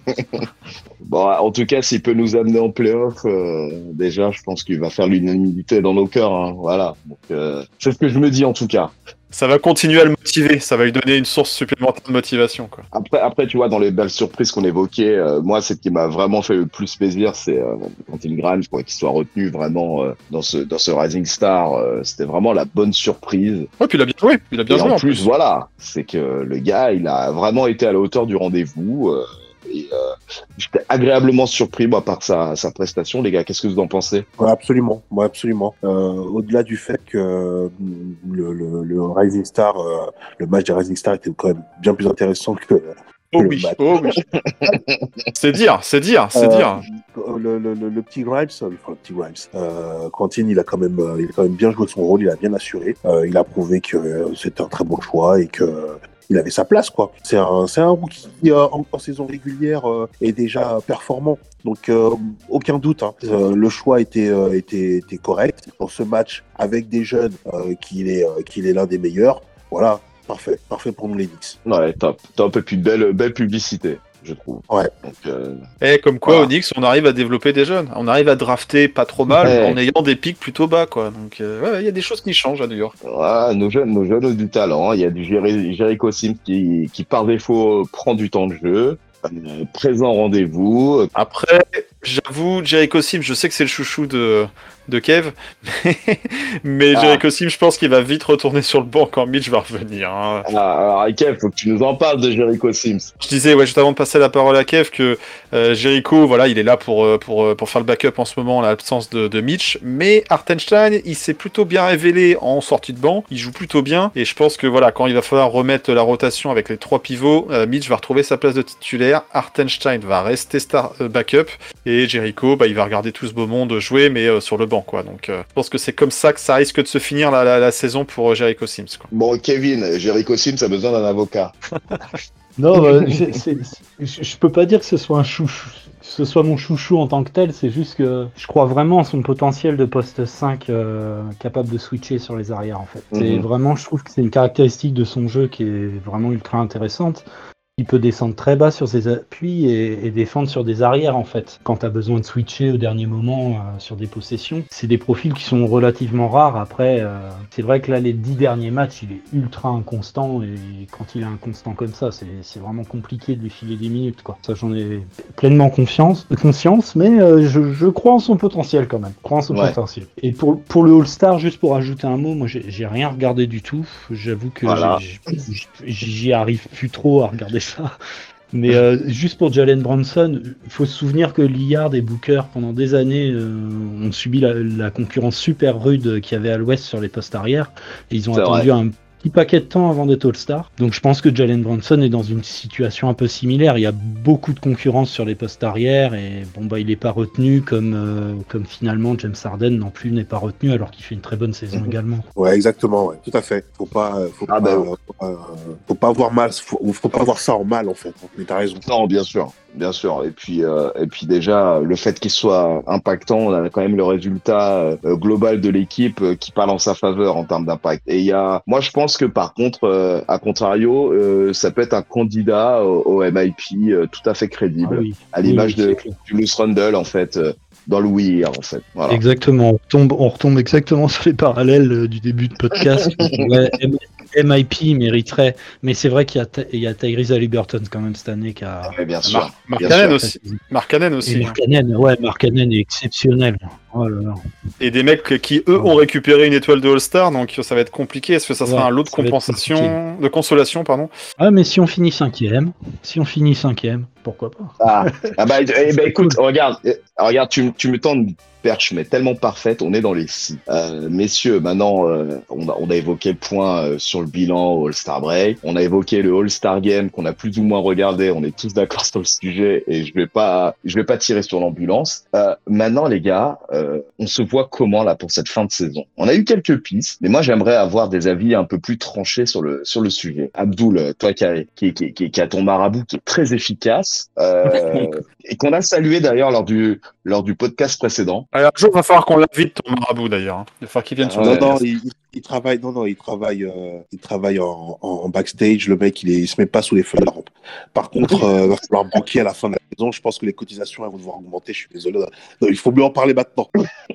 Bon, en tout cas, s'il peut nous amener en play-off, euh, déjà, je pense qu'il va faire l'unanimité dans nos cœurs. Hein, voilà. Donc, euh, c'est ce que je me dis en tout cas. Ça va continuer à le motiver, ça va lui donner une source supplémentaire de motivation, quoi. Après, après, tu vois, dans les belles surprises qu'on évoquait, euh, moi, ce qui m'a vraiment fait le plus plaisir, c'est euh, Quentin Grimes, pour qu'il soit retenu vraiment euh, dans ce dans ce Rising Star. Euh, c'était vraiment la bonne surprise. Ouais, puis il a bien joué, il a bien Et joué. en, En plus, plus, voilà, c'est que le gars, il a vraiment été à la hauteur du rendez-vous. Euh, et euh, j'étais agréablement surpris, moi, par sa sa prestation. Les gars, qu'est-ce que vous en pensez? Ouais, absolument, ouais, absolument. Euh, au-delà du fait que euh, le, le, le Rising Star, euh, le match des Rising Star était quand même bien plus intéressant que, Oh le oui, match. oh oui. C'est dire, c'est dire, c'est Euh, dire. Le, le, le, le petit Grimes, enfin le petit Grimes, euh, Quentin, il a quand même, euh, il a quand même bien joué son rôle, il a bien assuré. Euh, il a prouvé que euh, c'était un très bon choix et que il avait sa place, quoi. C'est un, c'est un rookie qui, euh, en, en saison régulière, euh, est déjà performant. Donc, euh, aucun doute, hein. Euh, le choix était, euh, était, était correct. Pour ce match, avec des jeunes, euh, qu'il est, euh, qu'il est l'un des meilleurs. Voilà, parfait, parfait pour nous les Knicks. Ouais, top, top. Et puis belle belle publicité, je trouve. Ouais. Donc, euh, Eh, comme quoi, voilà. au Knicks, on arrive à développer des jeunes. On arrive à drafter pas trop mal Ouais. en ayant des pics plutôt bas, quoi. Donc, euh, ouais, il y a des choses qui changent à New York. voilà, nos jeunes, nos jeunes ont du talent. Il y a du Jerry- Jericho Sims qui, qui par défaut prend du temps de jeu. Euh, présent rendez-vous. Après, j'avoue, Jericho Sims, je sais que c'est le chouchou de, de Kev, mais, mais Ah. Jericho Sims, je pense qu'il va vite retourner sur le banc quand Mitch va revenir. Hein. Ah, alors, Kev, faut que tu nous en parles de Jericho Sims. Je disais, ouais, juste avant de passer la parole à Kev, que euh, Jericho, voilà, il est là pour, euh, pour, euh, pour faire le backup en ce moment, en l'absence de, de Mitch, mais Hartenstein, il s'est plutôt bien révélé en sortie de banc, il joue plutôt bien, et je pense que voilà, quand il va falloir remettre la rotation avec les trois pivots, euh, Mitch va retrouver sa place de titulaire, Hartenstein va rester star euh, backup, et Jericho, bah, il va regarder tout ce beau monde jouer, mais euh, sur le banc, quoi. Donc, euh, je pense que c'est comme ça que ça risque de se finir la, la, la saison pour euh, Jericho Sims, quoi. Bon, Kevin, Jericho Sims a besoin d'un avocat. Non, bah, j'ai- c'est- c'est- je je peux pas dire que ce soit un chouchou, que ce soit mon chouchou en tant que tel, c'est juste que je crois vraiment en son potentiel de poste cinq euh, capable de switcher sur les arrières en fait. C'est Mhm. vraiment, je trouve que c'est une caractéristique de son jeu qui est vraiment ultra intéressante. Il peut descendre très bas sur ses appuis et, et défendre sur des arrières en fait. Quand tu as besoin de switcher au dernier moment euh, sur des possessions, c'est des profils qui sont relativement rares. Après, euh, c'est vrai que là, les dix derniers matchs, il est ultra inconstant et quand il est inconstant comme ça, c'est, c'est vraiment compliqué de lui filer des minutes, quoi. Ça, j'en ai pleinement confiance, conscience, mais euh, je, je crois en son potentiel quand même. Je crois en son Ouais. potentiel. Et pour, pour le All-Star, juste pour ajouter un mot, moi, j'ai, j'ai rien regardé du tout. J'avoue que Voilà. j'ai- j'ai- j'y arrive plus trop à regarder ça. Mais euh, juste pour Jalen Brunson, il faut se souvenir que Lillard et Booker, pendant des années, euh, ont subi la, la concurrence super rude qu'il y avait à l'Ouest sur les postes arrière. Et ils ont C'est attendu vrai. un petit paquet de temps avant d'être All-Star. Donc je pense que Jalen Brunson est dans une situation un peu similaire. Il y a beaucoup de concurrence sur les postes arrière et bon bah il n'est pas retenu comme, euh, comme finalement James Harden non plus n'est pas retenu alors qu'il fait une très bonne saison Mhm. également. Ouais, exactement, ouais, tout à fait. Faut pas, euh, faut Ah, pas, bah, euh, faut pas, euh, faut pas avoir mal, faut, faut pas voir ça en mal en fait. Mais t'as raison. Non, bien sûr, bien sûr. Et puis, euh, et puis déjà, le fait qu'il soit impactant, on a quand même le résultat euh, global de l'équipe euh, qui parle en sa faveur en termes d'impact. Et il y a, moi, je pense que par contre, euh, à contrario, euh, ça peut être un candidat au, au M I P euh, tout à fait crédible, Ah oui. à l'image Oui, oui, de c'est clair. Julius Randle en fait, euh, dans le Weir en fait. Voilà. Exactement, on retombe, on retombe exactement sur les parallèles euh, du début de podcast. Ouais, M- M I P mériterait, mais c'est vrai qu'il y a, Ta- il y a Tyrese Haliburton quand même cette année qui a. Ouais, bien sûr. Mar- bien Markkanen sûr. aussi. Markkanen Et aussi. hein. Markkanen, ouais, Markkanen est exceptionnel. Oh là là. Et des mecs qui, eux, ont récupéré une étoile de All-Star, donc ça va être compliqué. Est-ce que ça sera Ouais, un lot de ça va être compensation, de consolation, pardon? Ah, mais si on finit cinquième, si on finit cinquième, pourquoi pas? Ah, ah bah, eh ben, écoute, regarde, eh, regarde, tu, tu me tends une perche, mais tellement parfaite, on est dans les six. Euh, messieurs, maintenant, euh, on, a, on a évoqué le point euh, sur le bilan au All-Star Break. On a évoqué le All-Star Game qu'on a plus ou moins regardé. On est tous d'accord sur le sujet et je vais pas, je vais pas tirer sur l'ambulance. Euh, maintenant, les gars, euh, on se voit comment là pour cette fin de saison? On a eu quelques pistes, mais moi, j'aimerais avoir des avis un peu plus tranchés sur le sur le sujet. Abdoul, toi qui a, qui, qui, qui, qui a ton marabout qui est très efficace euh, et qu'on a salué d'ailleurs lors du lors du podcast précédent. Alors, un jour, il va falloir qu'on l'invite, ton marabout, d'ailleurs. hein. Il va falloir qu'il vienne sur Ouais. le Non, non, podcast. il, il- il travaille, non, non, il travaille, euh, il travaille en, en, en backstage. Le mec, il, est, il se met pas sous les feux de la rampe. Par contre, euh, il va falloir banquer à la fin de la saison. Je pense que les cotisations elles vont devoir augmenter. Je suis désolé. Non, il faut mieux en parler maintenant.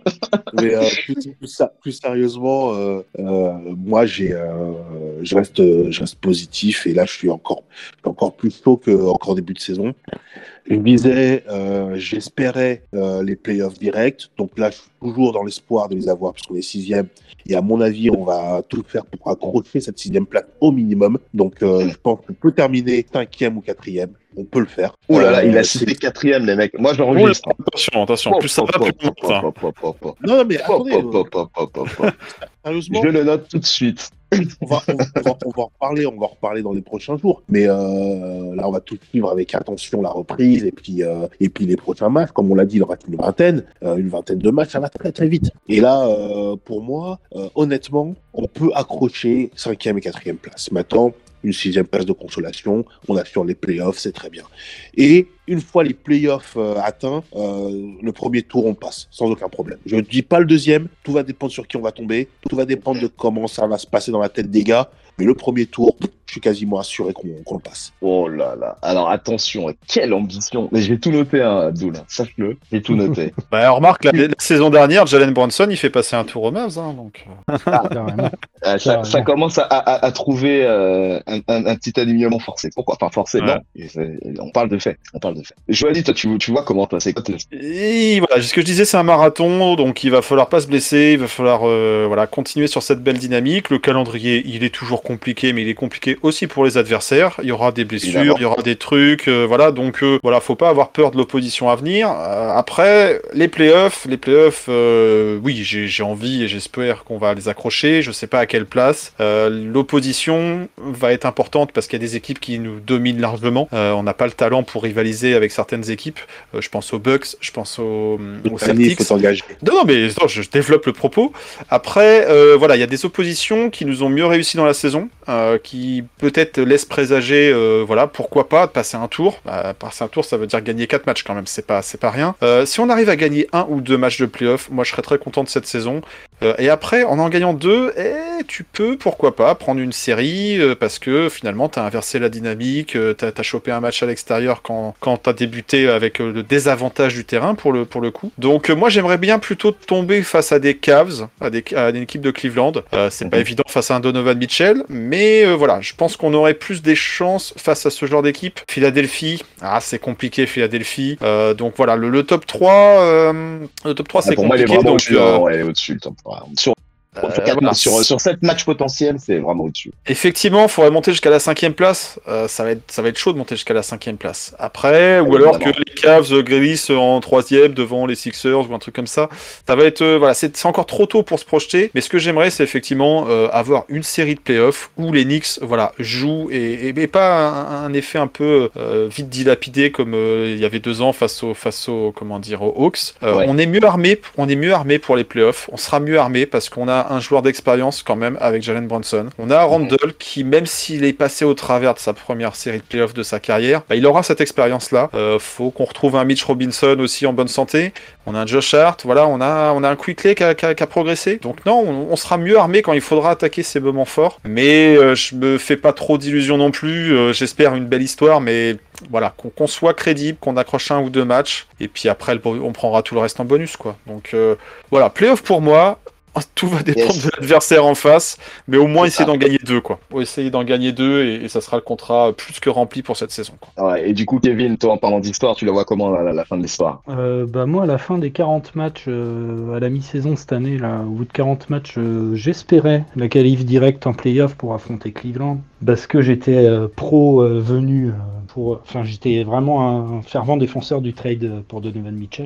Mais euh, plus, plus, plus sérieusement, euh, euh, moi, j'ai, euh, je, reste, je reste positif. Et là, je suis encore, encore plus chaud qu'en début de saison. Je disais, euh, j'espérais euh, les playoffs directs. Donc là, je suis toujours dans l'espoir de les avoir puisqu'on est sixième. Et à mon avis, on va tout faire pour accrocher cette sixième place au minimum. Donc, euh, je pense qu'on peut terminer cinquième ou quatrième. On peut le faire. Oh là là, Euh, il a c'est- cité quatrième, les mecs. Moi, Oh, j'enregistre. attention, attention. Plus ça va, plus on monte, hein. Non, non, mais Pop, attendez, pop, pop, pop, pop, pop, pop. sérieusement, Je le note tout de suite. on va, on, on va, on va en reparler, on va en reparler dans les prochains jours. Mais euh, là, on va tout suivre avec attention la reprise et puis, euh, et puis les prochains matchs. Comme on l'a dit, il aura une vingtaine, euh, une vingtaine de matchs, ça va très très vite. Et là, euh, pour moi, euh, honnêtement, on peut accrocher cinquième et quatrième place. Maintenant, une sixième place de consolation, on assure les playoffs, c'est très bien. Et une fois les playoffs euh, atteints, euh, le premier tour, on passe, sans aucun problème. Je ne dis pas le deuxième, tout va dépendre sur qui on va tomber, tout va dépendre de comment ça va se passer dans la tête des gars, mais le premier tour, je suis quasiment assuré qu'on qu'on le passe. Oh là là. Alors attention, quelle ambition. Mais j'ai tout noté, hein, Abdoul. Sache-le. J'ai tout noté. Bah, remarque, la, la saison dernière, Jalen Brunson, il fait passer un tour au Mavs. Hein, donc... Carrément. Euh, ça, ça commence à, à, à trouver euh, un, un, un petit alignement forcé. Pourquoi? Enfin, forcé, Ouais. non. On parle de fait. On parle de fait. Joanie, toi, tu, tu vois comment toi, c'est quoi tes- Et voilà, ce que je disais, c'est un marathon, donc il va falloir pas se blesser, il va falloir euh, voilà, continuer sur cette belle dynamique. Le calendrier, il est toujours compliqué, mais il est compliqué aussi pour les adversaires. Il y aura des blessures, Évidemment. il y aura des trucs, euh, voilà, donc euh, voilà, faut pas avoir peur de l'opposition à venir. Euh, après, les playoffs, les playoffs, euh, oui, j'ai j'ai envie et j'espère qu'on va les accrocher. Je sais pas à quelle place. Euh, L'opposition va être importante parce qu'il y a des équipes qui nous dominent largement. Euh, on n'a pas le talent pour rivaliser avec certaines équipes. Euh, je pense aux Bucks, je pense aux, aux Il Celtics. faut s'engager. Non, non, mais attends, je développe le propos. Après, euh, voilà, il y a des oppositions qui nous ont mieux réussi dans la saison, euh, qui peut-être laissent présager, euh, voilà, pourquoi pas, de passer un tour. Bah, passer un tour, ça veut dire gagner quatre matchs quand même, c'est pas, c'est pas rien. Euh, si on arrive à gagner un ou deux matchs de playoff, moi je serais très content de cette saison. Euh, et après, en en gagnant deux, eh, tu peux, pourquoi pas, prendre une série, euh, parce que finalement, t'as inversé la dynamique, euh, t'as, t'as chopé un match à l'extérieur quand, quand t'as débuté avec euh, le désavantage du terrain, pour le, pour le coup. Donc, euh, moi, j'aimerais bien plutôt tomber face à des Cavs, à, des, à une équipe de Cleveland. Euh, c'est pas Mhm. évident face à un Donovan Mitchell, mais euh, voilà, je pense qu'on aurait plus des chances face à ce genre d'équipe. Philadelphie, ah, c'est compliqué, Philadelphie. Euh, donc voilà, le, le top trois, euh, le top trois, Ah, c'est pour moi, il est compliqué. vraiment donc, au-dessus. euh, hein, ouais, il est au-dessus. le temps. Voilà. Sur, sur, euh, quatre- voilà. sur, sur sept matchs potentiels, c'est vraiment au-dessus. Effectivement, il faudrait monter jusqu'à la cinquième place. Euh, ça va être, ça va être chaud de monter jusqu'à la cinquième place. Après, ou alors que Évidemment. les Cavs glissent en troisième devant les Sixers ou un truc comme ça. Ça va être, euh, voilà, c'est c'est encore trop tôt pour se projeter. Mais ce que j'aimerais, c'est effectivement euh, avoir une série de playoffs où les Knicks, voilà, jouent et, et, et pas un, un effet un peu euh, vite dilapidé comme euh, il y avait deux ans face aux, face aux, comment dire, aux Hawks. Euh, Ouais. On est mieux armé, on est mieux armé pour les playoffs. On sera mieux armé parce qu'on a un joueur d'expérience quand même avec Jalen Brunson. On a Randle qui, même s'il est passé au travers de sa première série de playoffs de sa carrière, bah, il aura cette expérience-là. Euh, faut qu'on retrouve un Mitch Robinson aussi en bonne santé. On a un Josh Hart, voilà, on a, on a un Quickley qui a, qui a- qui a progressé. Donc non, on, on sera mieux armé quand il faudra attaquer ces moments forts. Mais euh, je me fais pas trop d'illusions non plus. Euh, J'espère une belle histoire, mais voilà, qu'on qu'on soit crédible, qu'on accroche un ou deux matchs. Et puis après, le- on prendra tout le reste en bonus, quoi. Donc euh, voilà, playoff pour moi. Tout va dépendre Yes. de l'adversaire en face, mais au moins C'est essayer ça. d'en gagner deux, quoi. Faut essayer d'en gagner deux et, et ça sera le contrat plus que rempli pour cette saison, quoi. Ouais, et du coup, Kevin, toi, en parlant d'histoire, tu la vois comment la, la- la fin de l'histoire? Euh, bah moi, à la fin des quarante matchs euh, à la mi-saison cette année, là, au bout de quarante matchs, euh, j'espérais la qualif directe en playoff pour affronter Cleveland, parce que j'étais euh, pro euh, venu euh, pour, enfin j'étais vraiment un fervent défenseur du trade euh, pour Donovan Mitchell.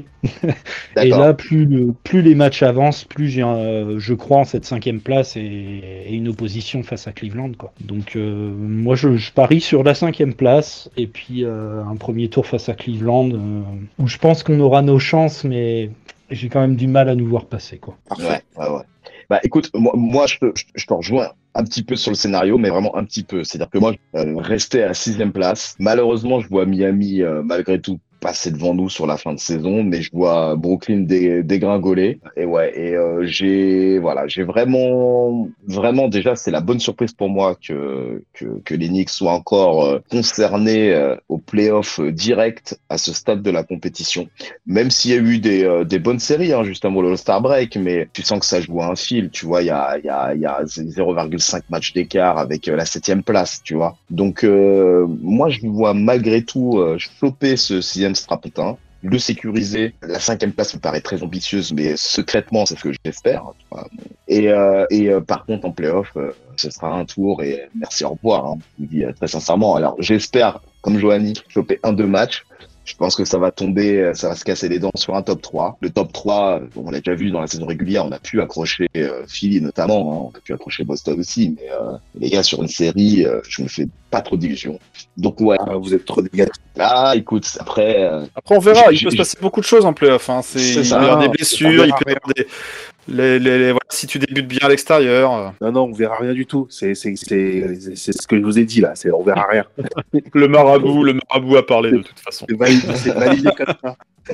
Et D'accord. là, plus, le- plus les matchs avancent, plus j'ai, euh, je crois en cette cinquième place et, et une opposition face à Cleveland, quoi. Donc euh, moi, je, je parie sur la cinquième place et puis euh, un premier tour face à Cleveland euh, où je pense qu'on aura nos chances, mais j'ai quand même du mal à nous voir passer, quoi. Parfait. Ouais, ouais, ouais. Bah écoute, moi, moi je, te, je, je te rejoins un petit peu sur le scénario, mais vraiment un petit peu. C'est-à-dire que moi, euh, rester à la sixième place, malheureusement, je vois Miami, euh, malgré tout, passer devant nous sur la fin de saison, mais je vois Brooklyn dé- dégringoler. Et ouais, et euh, j'ai voilà, j'ai vraiment, vraiment déjà, c'est la bonne surprise pour moi que que, que les Knicks soient encore euh, concernés euh, aux playoffs euh, directs à ce stade de la compétition. Même s'il y a eu des euh, des bonnes séries, hein, juste avant le All-Star break, mais tu sens que ça joue à un fil. Tu vois, il y a il y a il y a zéro virgule cinq matchs d'écart avec euh, la septième place, tu vois. Donc euh, moi, je vois malgré tout euh, choper ce sixième strapontin, le sécuriser. La cinquième place me paraît très ambitieuse, mais secrètement, c'est ce que j'espère. Tu vois. Et, euh, et euh, par contre, en playoff, euh, ce sera un tour et merci, au revoir. Hein. Je vous dis euh, très sincèrement. Alors, j'espère, comme Johanny, choper un, deux matchs. Je pense que ça va tomber, ça va se casser les dents sur un top trois. Le top trois, on l'a déjà vu dans la saison régulière, on a pu accrocher euh, Philly notamment, hein, on a pu accrocher Boston aussi, mais euh, les gars, sur une série, euh, je me fais pas trop d'illusions. Donc ouais. Ah, vous êtes trop négatif. Ah, écoute, après... Euh, après, on verra, il j'ai- peut se j'ai- passer beaucoup de choses en playoff. Hein. C'est, C'est il ça. peut y avoir des Non, blessures, on il verra peut y avoir des... Les, les, les- voilà, si tu débutes bien à l'extérieur. euh, Non, non, on verra rien du tout. C'est, c'est, c'est, c'est, c'est ce que je vous ai dit là. C'est, on verra rien. Le marabout, le marabout a parlé de toute façon. C'est validé, c'est validé comme ça.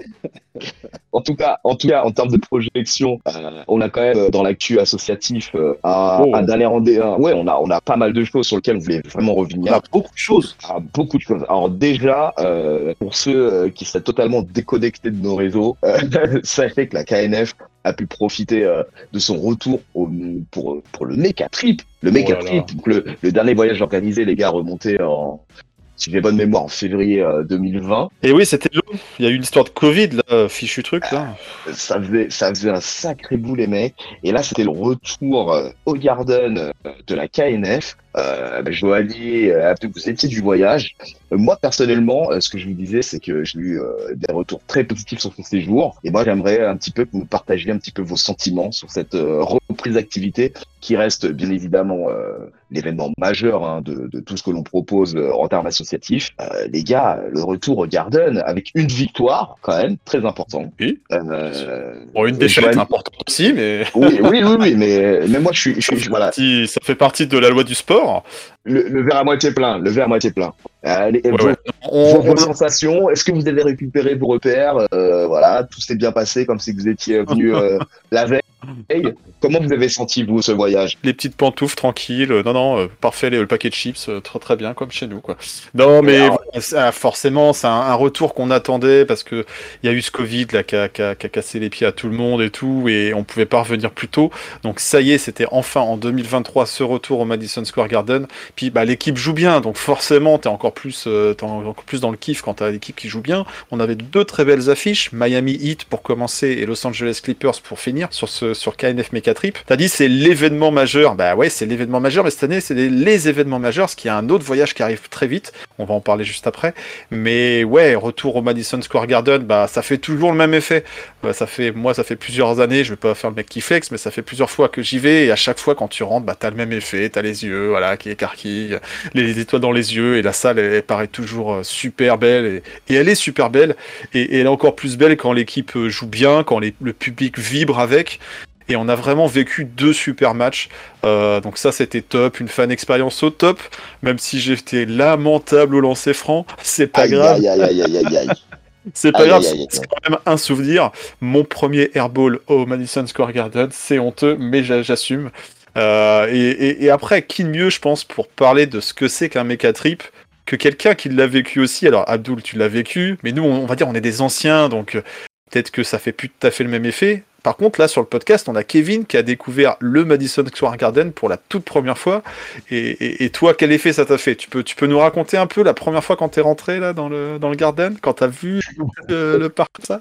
En tout cas, en tout cas, en termes de projection, euh, on a quand même euh, dans l'actu associatif euh, un, Oh. un dernier rendez-vous. Ouais, on a, on a pas mal de choses sur lesquelles on voulait vraiment On revenir. a beaucoup de choses. Ah, beaucoup de choses. Alors déjà, euh, pour ceux euh, qui seraient totalement déconnectés de nos réseaux, euh, sachez que la K N F a pu profiter euh, de son retour au, pour, pour le Mecha Trip. Le Mecha Oh là là. Trip, donc le, le dernier voyage organisé, les gars, remonté en, si j'ai bonne mémoire, en février euh, deux mille vingt. Et oui, c'était long. Il y a eu une histoire de Covid, là, fichu truc, là. Ça faisait, ça faisait un sacré bout, les mecs. Et là, c'était le retour euh, au Garden euh, de la K N F. Euh, ben, Johanny, euh, vous étiez du voyage. Euh, moi, personnellement, euh, ce que je vous disais, c'est que j'ai eu euh, des retours très positifs sur ce séjour. Et moi, j'aimerais un petit peu que vous partagiez un petit peu vos sentiments sur cette euh, reprise d'activité qui reste bien évidemment euh, l'événement majeur hein, de, de tout ce que l'on propose euh, en termes associatifs. Euh, les gars, le retour au Garden avec une victoire, quand même, très important. Oui. Euh, Bon, une défaite Johanny- importante aussi, mais Oui, oui, oui, oui, mais, mais moi, je suis, je ça, suis fait voilà, partie, ça fait partie de la loi du sport. le, le verre à moitié plein, le verre à moitié plein. Allez, Ouais, vos, ouais. vos, On, vos on- sensations, est-ce que vous avez récupéré vos repères euh, Voilà, tout s'est bien passé comme si vous étiez venu euh, la veille. Comment vous avez senti, vous, ce voyage? les petites pantoufles tranquilles, euh, non, non, euh, parfait, le, le paquet de chips, euh, très très bien, comme chez nous, quoi. Non, mais Alors- voilà, c'est- ah, forcément, c'est un, un retour qu'on attendait parce que il y a eu ce Covid là qui a, qui a- qui a cassé les pieds à tout le monde et tout, et on pouvait pas revenir plus tôt. Donc ça y est, c'était enfin en deux mille vingt-trois ce retour au Madison Square Garden. Puis bah l'équipe joue bien, donc forcément t'es encore plus, euh, t'es encore plus dans le kiff quand t'as l'équipe qui joue bien. On avait deux très belles affiches, Miami Heat pour commencer et Los Angeles Clippers pour finir sur ce sur K N F Mecha Trip. T'as dit c'est l'événement majeur, bah ouais c'est l'événement majeur, mais cette année c'est les, les événements majeurs, parce qu'il y a un autre voyage qui arrive très vite. On va en parler juste après. Mais ouais, retour au Madison Square Garden, bah ça fait toujours le même effet. Bah, ça fait, moi ça fait plusieurs années, je vais pas faire le mec qui flex, mais ça fait plusieurs fois que j'y vais et à chaque fois quand tu rentres, bah t'as le même effet, t'as les yeux, voilà, qui écarquillent, les, les étoiles dans les yeux et la salle elle, elle paraît toujours euh, super belle et, et elle est super belle et, et elle est encore plus belle quand l'équipe euh, joue bien, quand les- le public vibre avec. Et on a vraiment vécu deux super matchs. Euh, donc ça, c'était top. Une fan expérience au top. Même si j'étais lamentable au lancer franc. C'est pas Aïe, grave. aïe, aïe, aïe, aïe, aïe, aïe. C'est pas Aïe, grave. aïe, aïe, aïe. C'est quand même un souvenir. Mon premier airball au Madison Square Garden. C'est honteux, mais j'a- j'assume. Euh, et, et- et après, qui de mieux, je pense, pour parler de ce que c'est qu'un méca trip que quelqu'un qui l'a vécu aussi. Alors, Abdoul, tu l'as vécu. Mais nous, on, on va dire, on est des anciens. Donc, euh, peut-être que ça fait plus tout à fait le même effet. Par contre, là, sur le podcast, on a Kevin qui a découvert le Madison Square Garden pour la toute première fois. Et, et- et toi, quel effet ça t'a fait? Tu peux, tu peux nous raconter un peu la première fois quand t'es rentré là dans le, dans le Garden, quand t'as vu le, le parc comme ça?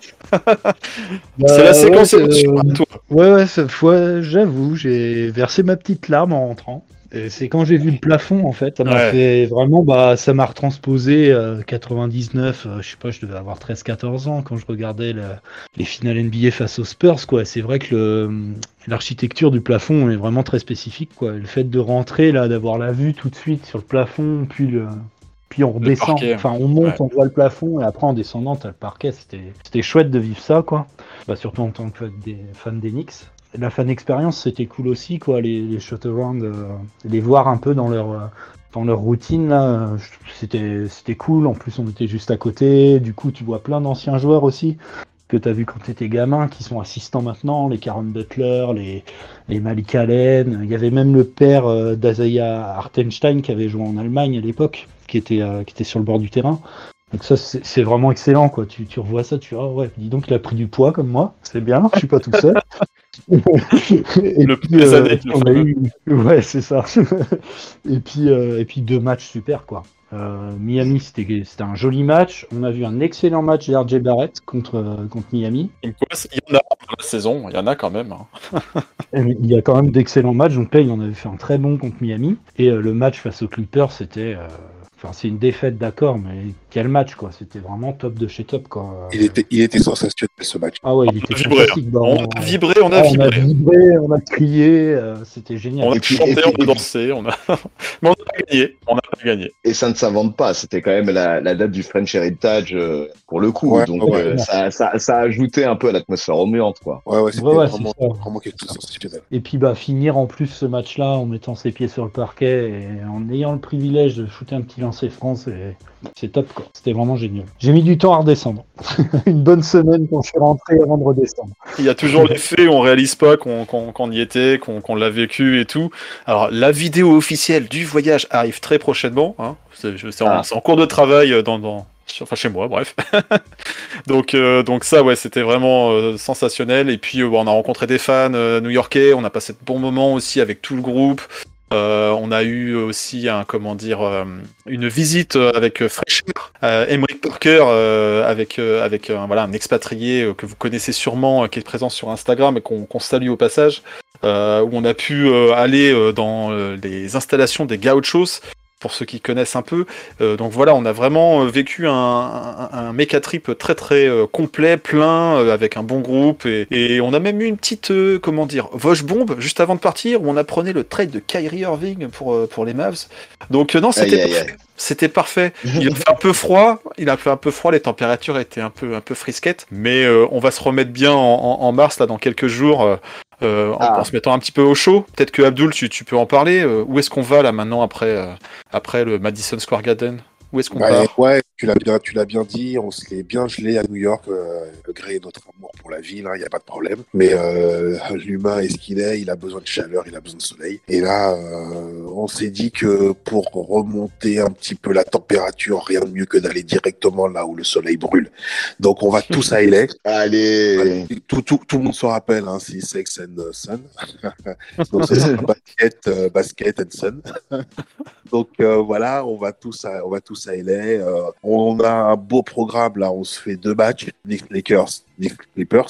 C'est la séquence ouais, émotion, euh, toi. Ouais, ouais, cette fois, j'avoue, j'ai versé ma petite larme en rentrant. Et c'est quand j'ai vu le plafond, en fait, ça m'a Ouais. fait vraiment, bah, ça m'a retransposé euh, quatre-vingt-dix-neuf, euh, je sais pas, je devais avoir treize quatorze ans quand je regardais le- les finales N B A face aux Spurs, quoi. C'est vrai que le, l'architecture du plafond est vraiment très spécifique, quoi. Le fait de rentrer, là, d'avoir la vue tout de suite sur le plafond, puis le, puis on redescend, parquet. enfin on monte, Ouais. on voit le plafond, et après en descendant, t'as le parquet, c'était, c'était chouette de vivre ça, quoi. Bah, surtout en tant que des fan des Knicks. La fan expérience, c'était cool aussi, quoi, les, les shot around, euh, les voir un peu dans leur, euh, dans leur routine, là, c'était, c'était cool. En plus, on était juste à côté. Du coup, tu vois plein d'anciens joueurs aussi que tu as vu quand tu étais gamin, qui sont assistants maintenant, les Karen Butler, les, les Malik Allen. Il y avait même le père euh, d'Azaya Hartenstein qui avait joué en Allemagne à l'époque, qui était, euh, qui était sur le bord du terrain. Donc ça, c'est, c'est vraiment excellent, quoi. Tu, tu revois ça, tu vois, ouais, dis donc, il a pris du poids comme moi, c'est bien, je suis pas tout seul. et Le puis, euh, Planète, le on a fameux. eu... Ouais, c'est ça. et, puis, euh, et puis, deux matchs super, quoi. Euh, Miami, c'était, c'était un joli match. On a vu un excellent match d'R J Barrett contre, euh, contre Miami. Comme quoi, il y en a dans la saison, il y en a quand même. hein. Il y a quand même d'excellents matchs. Donc là, il en avait fait un très bon contre Miami. Et euh, le match face aux Clippers, c'était... euh, Enfin, c'est une défaite, d'accord, mais quel match, quoi. C'était vraiment top de chez top, quoi. Il était, il était sensationnel ce match. Ah ouais, il On était a vibré, fantastique. Bah, On a vibré, on a ah, on a vibré. vibré, on a crié, euh, c'était génial. On a Et puis- chanté, et puis- on et puis- a dansé, on a... mais on n'a pas gagné. On n'a pas gagné. Et ça ne s'invente pas, c'était quand même la, la date du French Heritage euh, pour le coup. Ouais, Donc ouais, euh, ça, ça, ça a ajouté un peu à l'atmosphère ambiante, quoi. Ouais, ouais, c'était Ouais, ouais, vraiment, c'est ça. vraiment quelque chose de sensationnel. Et puis bah finir en plus ce match-là en mettant ses pieds sur le parquet et en ayant le privilège de shooter un petit lancer France, et c'est top, quoi. C'était vraiment génial. J'ai mis du temps à redescendre. Une bonne semaine quand je suis rentré avant de redescendre. Il y a toujours l'effet où on réalise pas qu'on, qu'on, qu'on y était, qu'on, qu'on l'a vécu et tout. Alors, la vidéo officielle du voyage arrive très prochainement. Hein. C'est, c'est, en, Ah. c'est en cours de travail dans, dans, enfin, chez moi, bref. donc, euh, donc ça, ouais, c'était vraiment euh, sensationnel. Et puis, euh, bon, on a rencontré des fans euh, new-yorkais. On a passé de bons moments aussi avec tout le groupe. Euh, on a eu aussi un, comment dire, euh, une visite avec euh, Fresh Air, euh, Emerick Parker, euh, avec, euh, avec euh, voilà, un expatrié euh, que vous connaissez sûrement, euh, qui est présent sur Instagram et qu'on, qu'on salue au passage, euh, où on a pu euh, aller euh, dans euh, les installations des Gauchos, pour ceux qui connaissent un peu. Euh, donc voilà, on a vraiment vécu un, un, un méca trip très très euh, complet, plein, euh, avec un bon groupe. Et, et on a même eu une petite, euh, comment dire, Vosh bombe juste avant de partir, où on apprenait le trade de Kyrie Irving pour, euh, pour les Mavs. Donc euh, non, c'était Aïe, aïe, parfait. C'était parfait. Il a fait un peu froid, il a fait un peu froid, les températures étaient un peu, un peu frisquettes, mais euh, on va se remettre bien en, en, en mars, là, dans quelques jours. Euh, Euh, en, Ah. en se mettant un petit peu au chaud. Peut-être que Abdul, tu, tu peux en parler. Euh, où est-ce qu'on va là maintenant après, euh, après le Madison Square Garden? Où est-ce qu'on Bah, part? ouais, tu l'as bien, tu l'as bien dit, on se l'est bien gelé à New York, euh, malgré notre amour pour la ville, il n'y a pas de problème. Mais euh, l'humain est ce qu'il est, il a besoin de chaleur, il a besoin de soleil. Et là, euh, on s'est dit que pour remonter un petit peu la température, rien de mieux que d'aller directement là où le soleil brûle. Donc on va tous à L A. Allez. Tout, tout, tout le monde se rappelle, hein, c'est Sex and Sun. Donc ce sera basket, euh, basket and Sun. Donc euh, voilà, on va tous à, on va tous à L A. Euh, on a un beau programme là, on se fait deux matchs, Knicks Lakers, Knicks Clippers,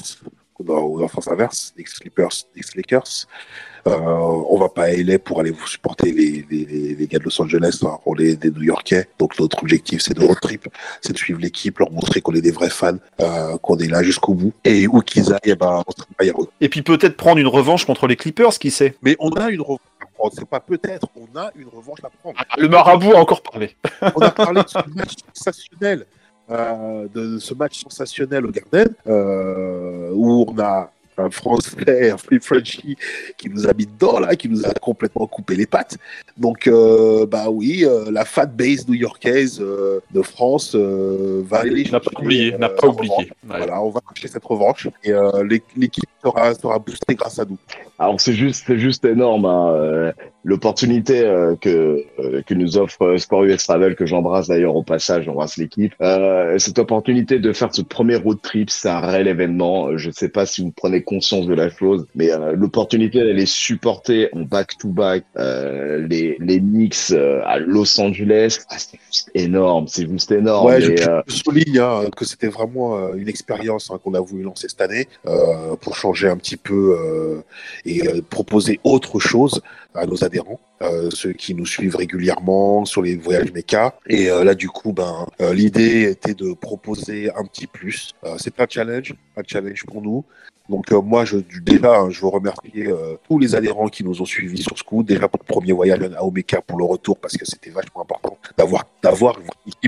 ou en sens inverse, Knicks Clippers, Knicks Lakers. Euh, on va pas à L A pour aller vous supporter les, les, les gars de Los Angeles, hein, on est des New Yorkais. Donc notre objectif c'est de road trip, c'est de suivre l'équipe, leur montrer qu'on est des vrais fans, euh, qu'on est là jusqu'au bout. Et où qu'ils aillent, eh ben, on sera pas. Et puis peut-être prendre une revanche contre les Clippers, qui sait? Mais on a une revanche à prendre, c'est pas peut-être, on a une revanche à prendre. Le marabout a encore parlé. On a parlé de ce match sensationnel, euh, de ce match sensationnel au Garden, euh, où on a un Français, un Flip Frenchy qui nous a mis dedans là, qui nous a complètement coupé les pattes. Donc, euh, bah oui, euh, la fan base new-yorkaise euh, de France euh, va aller. N'a pas chercher, oublié, euh, n'a pas la oublié. revanche. Ouais. Voilà, on va chercher cette revanche et euh, l'équipe sera, sera boostée grâce à nous. Alors c'est juste, c'est juste énorme, hein, euh, l'opportunité euh, que euh, que nous offre euh, Sport U S Travel, que j'embrasse d'ailleurs au passage, j'embrasse l'équipe. Euh, cette opportunité de faire ce premier road trip, c'est un réel événement. Je sais pas si vous prenez conscience de la chose, mais euh, l'opportunité d'aller supporter en back-to-back euh, les les Knicks euh, à Los Angeles, ah, c'est juste énorme, c'est juste énorme. Ouais, et, je, euh, je souligne hein, que c'était vraiment euh, une expérience hein, qu'on a voulu lancer cette année euh, pour changer un petit peu euh, et euh, proposer autre chose à nos adhérents, euh, ceux qui nous suivent régulièrement sur les voyages méca. Et euh, là, du coup, ben, euh, l'idée était de proposer un petit plus. Euh, c'est un challenge, un challenge pour nous. Donc euh, moi, je, déjà, hein, je veux remercier euh, tous les adhérents qui nous ont suivis sur Scoot, déjà pour le premier voyage à Omeka pour le retour, parce que c'était vachement important d'avoir d'avoir une équipe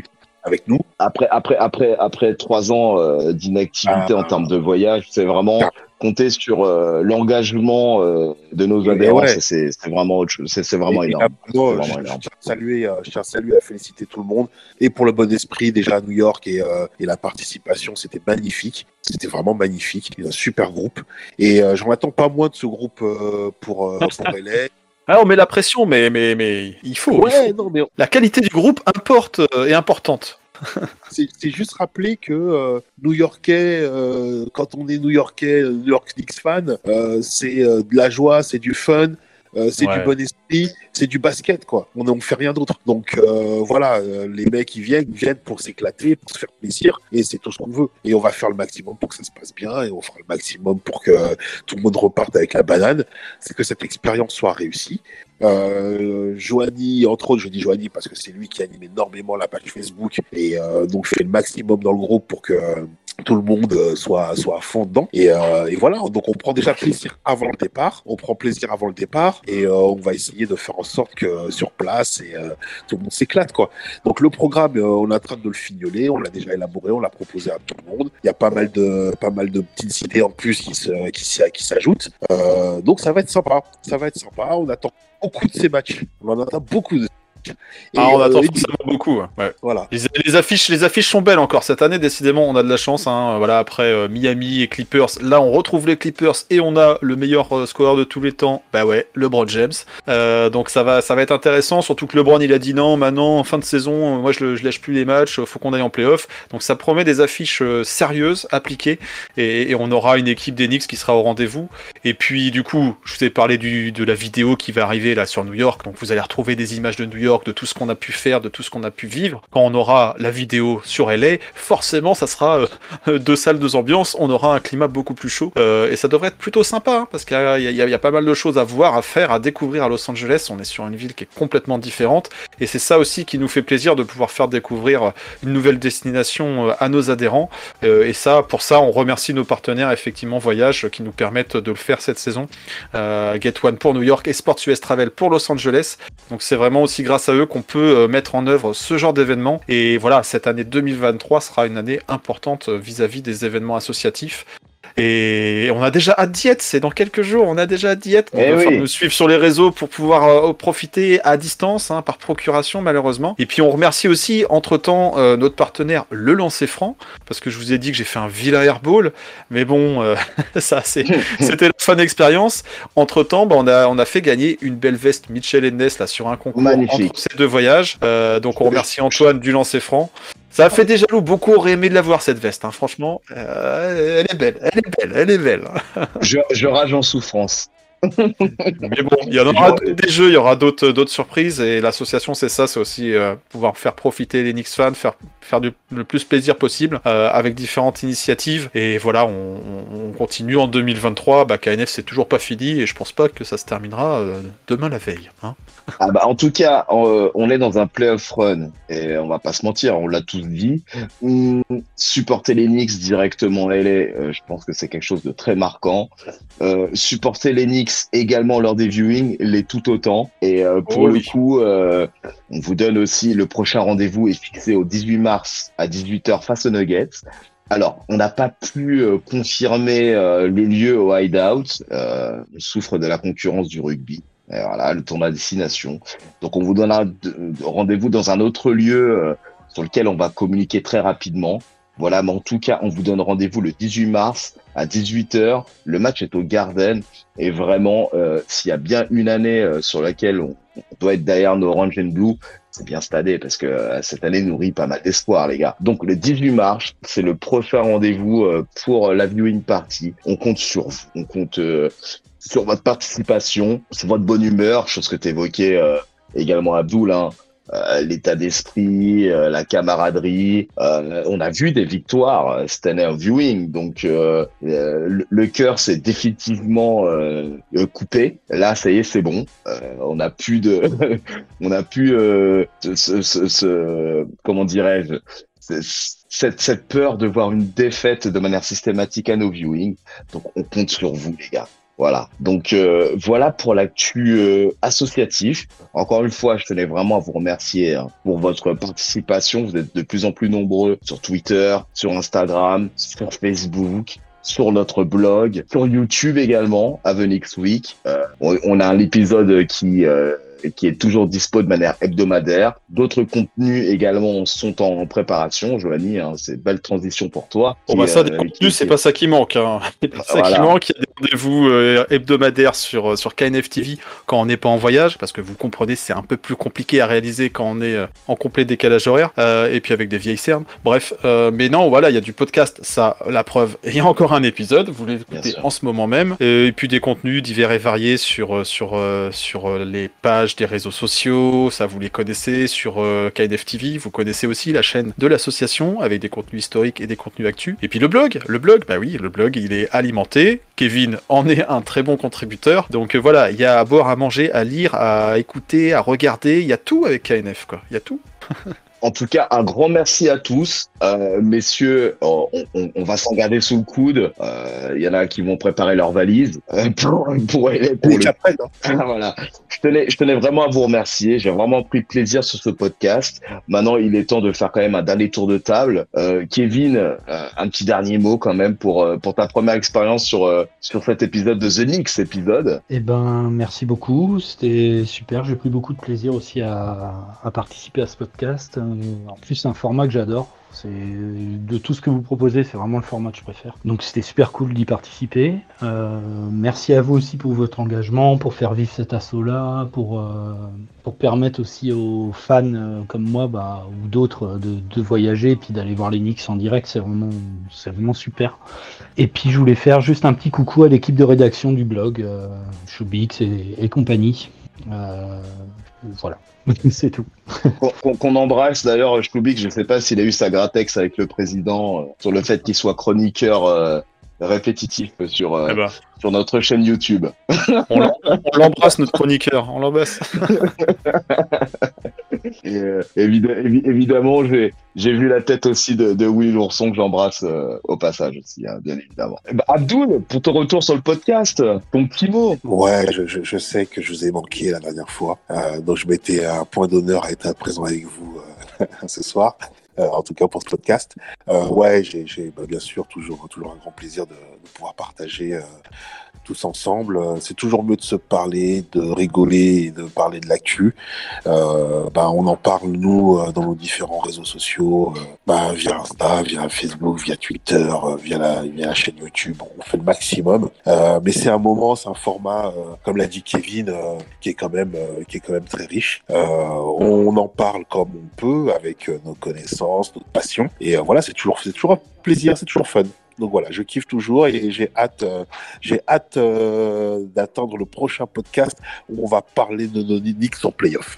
avec nous. Après, après, après, après trois ans euh, d'inactivité Ah, en termes de voyage, c'est vraiment compter sur euh, l'engagement euh, de nos adhérents. ouais. Ça, C'est c'est vraiment, autre chose. c'est c'est vraiment Et- et énorme. là, non, C'est je, vraiment je énorme. tiens à saluer, euh, je tiens à saluer, à féliciter tout le monde et pour le bon esprit déjà à New York et, euh, et la participation, c'était magnifique, c'était vraiment magnifique, il y a un super groupe et euh, j'en attends pas moins de ce groupe euh, pour euh, pour L A. Ah, on met la pression, mais, mais, mais il faut. il Ouais, faut. non mais La qualité du groupe importe euh, est importante. c'est c'est juste rappeler que euh, New-Yorkais, euh, quand on est New-Yorkais, euh, New York Knicks fan, euh, c'est euh, de la joie, c'est du fun. Euh, c'est Ouais. du bon esprit, c'est du basket, quoi. On ne fait rien d'autre. Donc euh, voilà, euh, les mecs, ils viennent, ils viennent pour s'éclater, pour se faire plaisir, et c'est tout ce qu'on veut. Et on va faire le maximum pour que ça se passe bien, et on fera le maximum pour que euh, tout le monde reparte avec la banane. C'est que cette expérience soit réussie. Euh, Joanie, entre autres, je dis Joanie parce que c'est lui qui anime énormément la page Facebook, et euh, donc fait le maximum dans le groupe pour que euh, tout le monde euh, soit, soit à fond dedans. Et, euh, et voilà, donc on prend déjà plaisir avant le départ, on prend plaisir avant le départ, et euh, on va essayer de faire en sorte que euh, sur place, et, euh, tout le monde s'éclate, quoi. Donc le programme, euh, on est en train de le fignoler, on l'a déjà élaboré, on l'a proposé à tout le monde. Il y a pas mal de, pas mal de petites idées en plus qui, se, qui, s'y- qui s'ajoutent. Euh, donc ça va être sympa, ça va être sympa. On attend beaucoup de ces matchs, on en attend beaucoup de et, Ah, on euh, attend et- forcément beaucoup. ouais. Ouais. voilà. Les, les affiches, les affiches sont belles encore cette année. Décidément, on a de la chance. Hein. Voilà, après euh, Miami et Clippers, là, on retrouve les Clippers et on a le meilleur euh, scoreur de tous les temps. Bah ouais, LeBron James. Euh, donc ça va, ça va être intéressant. Surtout que LeBron, il a dit non. Maintenant, en fin de saison, euh, moi, je, le- je lâche plus les matchs. Faut qu'on aille en playoff. Donc ça promet des affiches euh, sérieuses, appliquées, et, et on aura une équipe des Knicks qui sera au rendez-vous. Et puis, du coup, je vous ai parlé du, de la vidéo qui va arriver là sur New York. Donc vous allez retrouver des images de New York, de tout ce qu'on a pu faire, de tout ce qu'on a pu vivre. Quand on aura la vidéo sur L A, forcément, ça sera euh, deux salles, deux ambiances. On aura un climat beaucoup plus chaud. Euh, et ça devrait être plutôt sympa, hein, parce qu'il y a, il y, a, il y a pas mal de choses à voir, à faire, à découvrir à Los Angeles. On est sur une ville qui est complètement différente. Et c'est ça aussi qui nous fait plaisir de pouvoir faire découvrir une nouvelle destination à nos adhérents. Euh, et ça, pour ça, on remercie nos partenaires, effectivement, Voyage, qui nous permettent de le faire cette saison. Euh, Get One pour New York et Sports U S Travel pour Los Angeles. Donc c'est vraiment aussi grâce à eux qu'on peut euh, mettre en œuvre ce genre d'événements. Et voilà, cette année deux mille vingt-trois sera une année importante vis-à-vis des événements associatifs. Et on a déjà hâte d'y être, c'est dans quelques jours, on a déjà hâte d'y être. Il Eh va oui. falloir nous suivre sur les réseaux pour pouvoir euh, profiter à distance, hein, par procuration malheureusement. Et puis on remercie aussi, entre-temps, euh, notre partenaire Le Lancer Franc, parce que je vous ai dit que j'ai fait un vilain airball, mais bon, euh, ça c'est, c'était la fun expérience. Entre-temps, bah, on, a, on a fait gagner une belle veste Mitchell and Ness là, sur un concours Magnifique. entre ces deux voyages. Euh, donc on remercie Antoine du Lancer Franc. Ça a fait des jaloux, beaucoup auraient aimé de l'avoir cette veste, hein. Franchement, euh, elle est belle, elle est belle, elle est belle. Je, je rage en souffrance. Mais bon, il y en aura d'autres des jeux, il y aura d'autres d'autres surprises, et l'association c'est ça, c'est aussi euh, pouvoir faire profiter les Knicks fans, faire faire du, le plus plaisir possible euh, avec différentes initiatives. Et voilà, on, on continue en deux mille vingt-trois. Bah, K N F c'est toujours pas fini, et je pense pas que ça se terminera euh, demain la veille. Hein. Ah bah, en tout cas, on, on est dans un playoff run et on va pas se mentir, on l'a tous dit. Hum, supporter les Knicks directement L A, euh, je pense que c'est quelque chose de très marquant. Euh, supporter les Knicks également lors des viewings, les tout autant. Et euh, pour Oh le oui. coup, euh, on vous donne aussi le prochain rendez-vous est fixé au dix-huit mars à dix-huit heures face aux Nuggets. Alors, on n'a pas pu euh, confirmer euh, le lieu au Hideout. Euh, on souffre de la concurrence du rugby. Et voilà, le tournoi destination. Donc, on vous donnera de- de rendez-vous dans un autre lieu euh, sur lequel on va communiquer très rapidement. Voilà, mais en tout cas, on vous donne rendez-vous le dix-huit mars à dix-huit heures. Le match est au Garden. Et vraiment, euh, s'il y a bien une année euh, sur laquelle on, on doit être derrière nos Orange and Blue, c'est bien cette année, parce que euh, cette année nourrit pas mal d'espoir, les gars. Donc, le dix-huit mars, c'est le prochain rendez-vous euh, pour euh, la viewing party. On compte sur vous. On compte euh, sur votre participation, sur votre bonne humeur, chose que tu évoquais euh, également, Abdoul, hein. Euh, l'état d'esprit, euh, la camaraderie. Euh, on a vu des victoires euh, cette année en viewing, donc euh, euh, le, le cœur s'est définitivement euh, euh, coupé. Là, ça y est, c'est bon. Euh, on a plus de, on a plus euh, ce, ce, ce, ce- comment dirais-je, ce- cette, cette peur de voir une défaite de manière systématique à nos viewings. Donc, on compte sur vous, les gars. Voilà. Donc euh, voilà pour l'actu euh, associatif. Encore une fois, je tenais vraiment à vous remercier hein, pour votre participation. Vous êtes de plus en plus nombreux sur Twitter, sur Instagram, sur Facebook, sur notre blog, sur YouTube également, Avenix Week. Euh, on, on a un épisode qui euh, qui est toujours dispo de manière hebdomadaire. D'autres contenus également sont en préparation. Joanie, hein, c'est une belle transition pour toi. Bon qui, bah ça, des euh, contenus, qui- c'est qui- pas ça qui manque. Hein. C'est pas ça Voilà. qui manque. Il y a des rendez-vous euh, hebdomadaires sur, sur K N F T V quand on n'est pas en voyage, parce que vous comprenez, c'est un peu plus compliqué à réaliser quand on est euh, en complet décalage horaire, euh, et puis avec des vieilles cernes. Bref, euh, mais non, voilà, il y a du podcast, ça, la preuve. Il y a encore un épisode, vous l'écoutez sûr. en ce moment même, et puis des contenus divers et variés sur, euh, sur, euh, sur euh, les pages des réseaux sociaux, ça vous les connaissez, sur euh, K N F T V, vous connaissez aussi la chaîne de l'association avec des contenus historiques et des contenus actus. Et puis le blog, le blog, bah oui, le blog, il est alimenté. Kevin en est un très bon contributeur. Donc euh, voilà, il y a à boire, à manger, à lire, à écouter, à regarder, il y a tout avec K N F, quoi. Il y a tout. En tout cas, un grand merci à tous. Euh, messieurs, on, on, on va s'en garder sous le coude. Euh, Il y en a qui vont préparer leurs valises euh, pour, pour, aller- pour Et le... qu'après, non. Voilà. Je tenais, je tenais vraiment à vous remercier. J'ai vraiment pris plaisir sur ce podcast. Maintenant, il est temps de faire quand même un dernier tour de table. Euh, Kevin, euh, un petit dernier mot quand même pour, euh, pour ta première expérience sur, euh, sur cet épisode de The Nix épisode. Eh ben, merci beaucoup. C'était super. J'ai pris beaucoup de plaisir aussi à, à participer à ce podcast. Euh, En plus, c'est un format que j'adore. C'est de tout ce que vous proposez, c'est vraiment le format que je préfère. Donc, c'était super cool d'y participer. Euh, merci à vous aussi pour votre engagement, pour faire vivre cet assaut-là, pour euh, pour permettre aussi aux fans euh, comme moi, bah, ou d'autres, de, de voyager et puis d'aller voir les Knicks en direct. C'est vraiment, c'est vraiment super. Et puis, je voulais faire juste un petit coucou à l'équipe de rédaction du blog, euh, Choubix et, et compagnie. Euh, voilà, c'est tout. Qu'on qu'on- qu'on embrasse d'ailleurs Schloubik, je ne sais pas s'il a eu sa gratex avec le président euh, sur le fait qu'il soit chroniqueur euh, répétitif sur, euh, Eh ben, sur notre chaîne YouTube. on l'em- on l'embrasse, notre chroniqueur. On l'embrasse. Et, euh, évid- évi- évidemment, j'ai j'ai vu la tête aussi de, de Willy l'ourson que j'embrasse euh, au passage aussi, hein, bien évidemment. Eh ben, Abdoul, pour ton retour sur le podcast, ton petit mot. Ouais, je, je, je sais que je vous ai manqué la dernière fois, euh, donc je mettais un point d'honneur à être présent avec vous euh, ce soir. Euh, en tout cas pour ce podcast. Euh, ouais, j'ai, j'ai bah, bien sûr toujours, toujours un grand plaisir de, de pouvoir partager euh, tous ensemble. Euh, C'est toujours mieux de se parler, de rigoler et de parler de l'actu. Euh, bah, on en parle nous euh, dans nos différents réseaux sociaux, euh, bah, via Insta, via Facebook, via Twitter, euh, via, la, via la chaîne YouTube. On fait le maximum. Euh, mais c'est un moment, c'est un format, euh, comme l'a dit Kevin, euh, qui est quand même, euh, qui est quand même très riche. Euh, on en parle comme on peut avec euh, nos connaissances, notre passion. Et euh, voilà, c'est toujours, c'est toujours un plaisir, c'est toujours fun. Donc voilà, je kiffe toujours et j'ai hâte, euh, j'ai hâte euh, d'attendre le prochain podcast où on va parler de nos Knicks en playoff.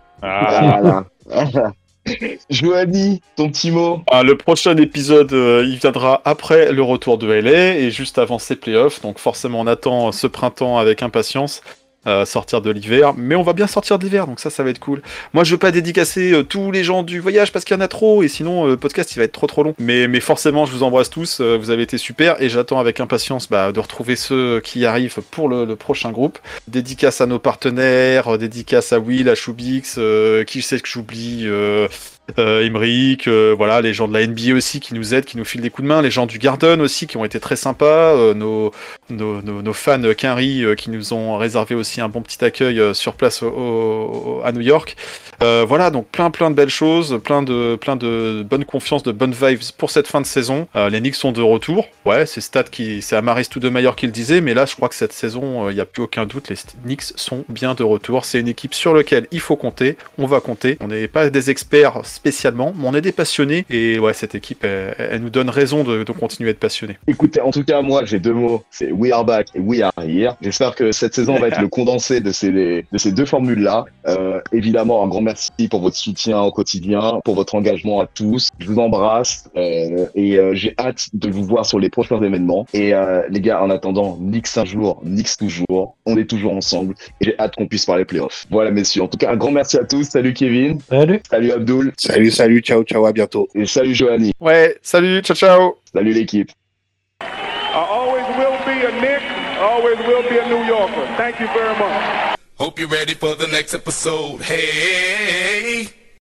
Ah. Voilà. Joanie, ton petit mot. Ah, le prochain épisode, euh, il viendra après le retour de L A et juste avant ces playoffs. Donc forcément, on attend ce printemps avec impatience. Euh, sortir de l'hiver, mais on va bien sortir de l'hiver, donc ça, ça va être cool. Moi, je veux pas dédicacer euh, tous les gens du voyage parce qu'il y en a trop, et sinon euh, le podcast il va être trop trop long. Mais, mais forcément, je vous embrasse tous, euh, vous avez été super, et j'attends avec impatience bah, de retrouver ceux qui arrivent pour le, le prochain groupe. Dédicace à nos partenaires, euh, dédicace à Will, à Choubix, euh, qui je sais que j'oublie. Euh, Euh, Emeric, euh, voilà, les gens de la N B A aussi qui nous aident, qui nous filent des coups de main, les gens du Garden aussi qui ont été très sympas, euh, nos, nos, nos, nos fans Quinry euh, qui nous ont réservé aussi un bon petit accueil euh, sur place au, au, à New York. Euh, voilà, donc plein plein de belles choses, plein de, plein de bonne confiance, de bonnes vibes pour cette fin de saison. Euh, les Knicks sont de retour. Ouais, c'est Stat qui, c'est Amaris Stoudemire qui le disait, mais là je crois que cette saison, il euh, n'y a plus aucun doute, les Knicks sont bien de retour. C'est une équipe sur laquelle il faut compter, on va compter. On n'est pas des experts spécialement, mais on est des passionnés et ouais, cette équipe, elle, elle nous donne raison de, de continuer à être passionnés. Écoutez, en tout cas, moi, j'ai deux mots. C'est We are back et We are here. J'espère que cette saison va être le condensé de ces, de ces deux formules-là. Euh, évidemment, un grand merci pour votre soutien au quotidien, pour votre engagement à tous. Je vous embrasse euh, et euh, j'ai hâte de vous voir sur les prochains événements. Et euh, les gars, en attendant, Knicks un jour, Knicks toujours. On est toujours ensemble et j'ai hâte qu'on puisse parler playoffs. Voilà, messieurs. En tout cas, un grand merci à tous. Salut Kevin. Salut. Salut Abdoul. Salut, salut, ciao, ciao, à bientôt. Et salut Joanie. Ouais, salut, ciao ciao. Salut l'équipe. I always will be a Knick, always always will be a New Yorker. Thank you very much. Hope you're ready for the next episode. Hey.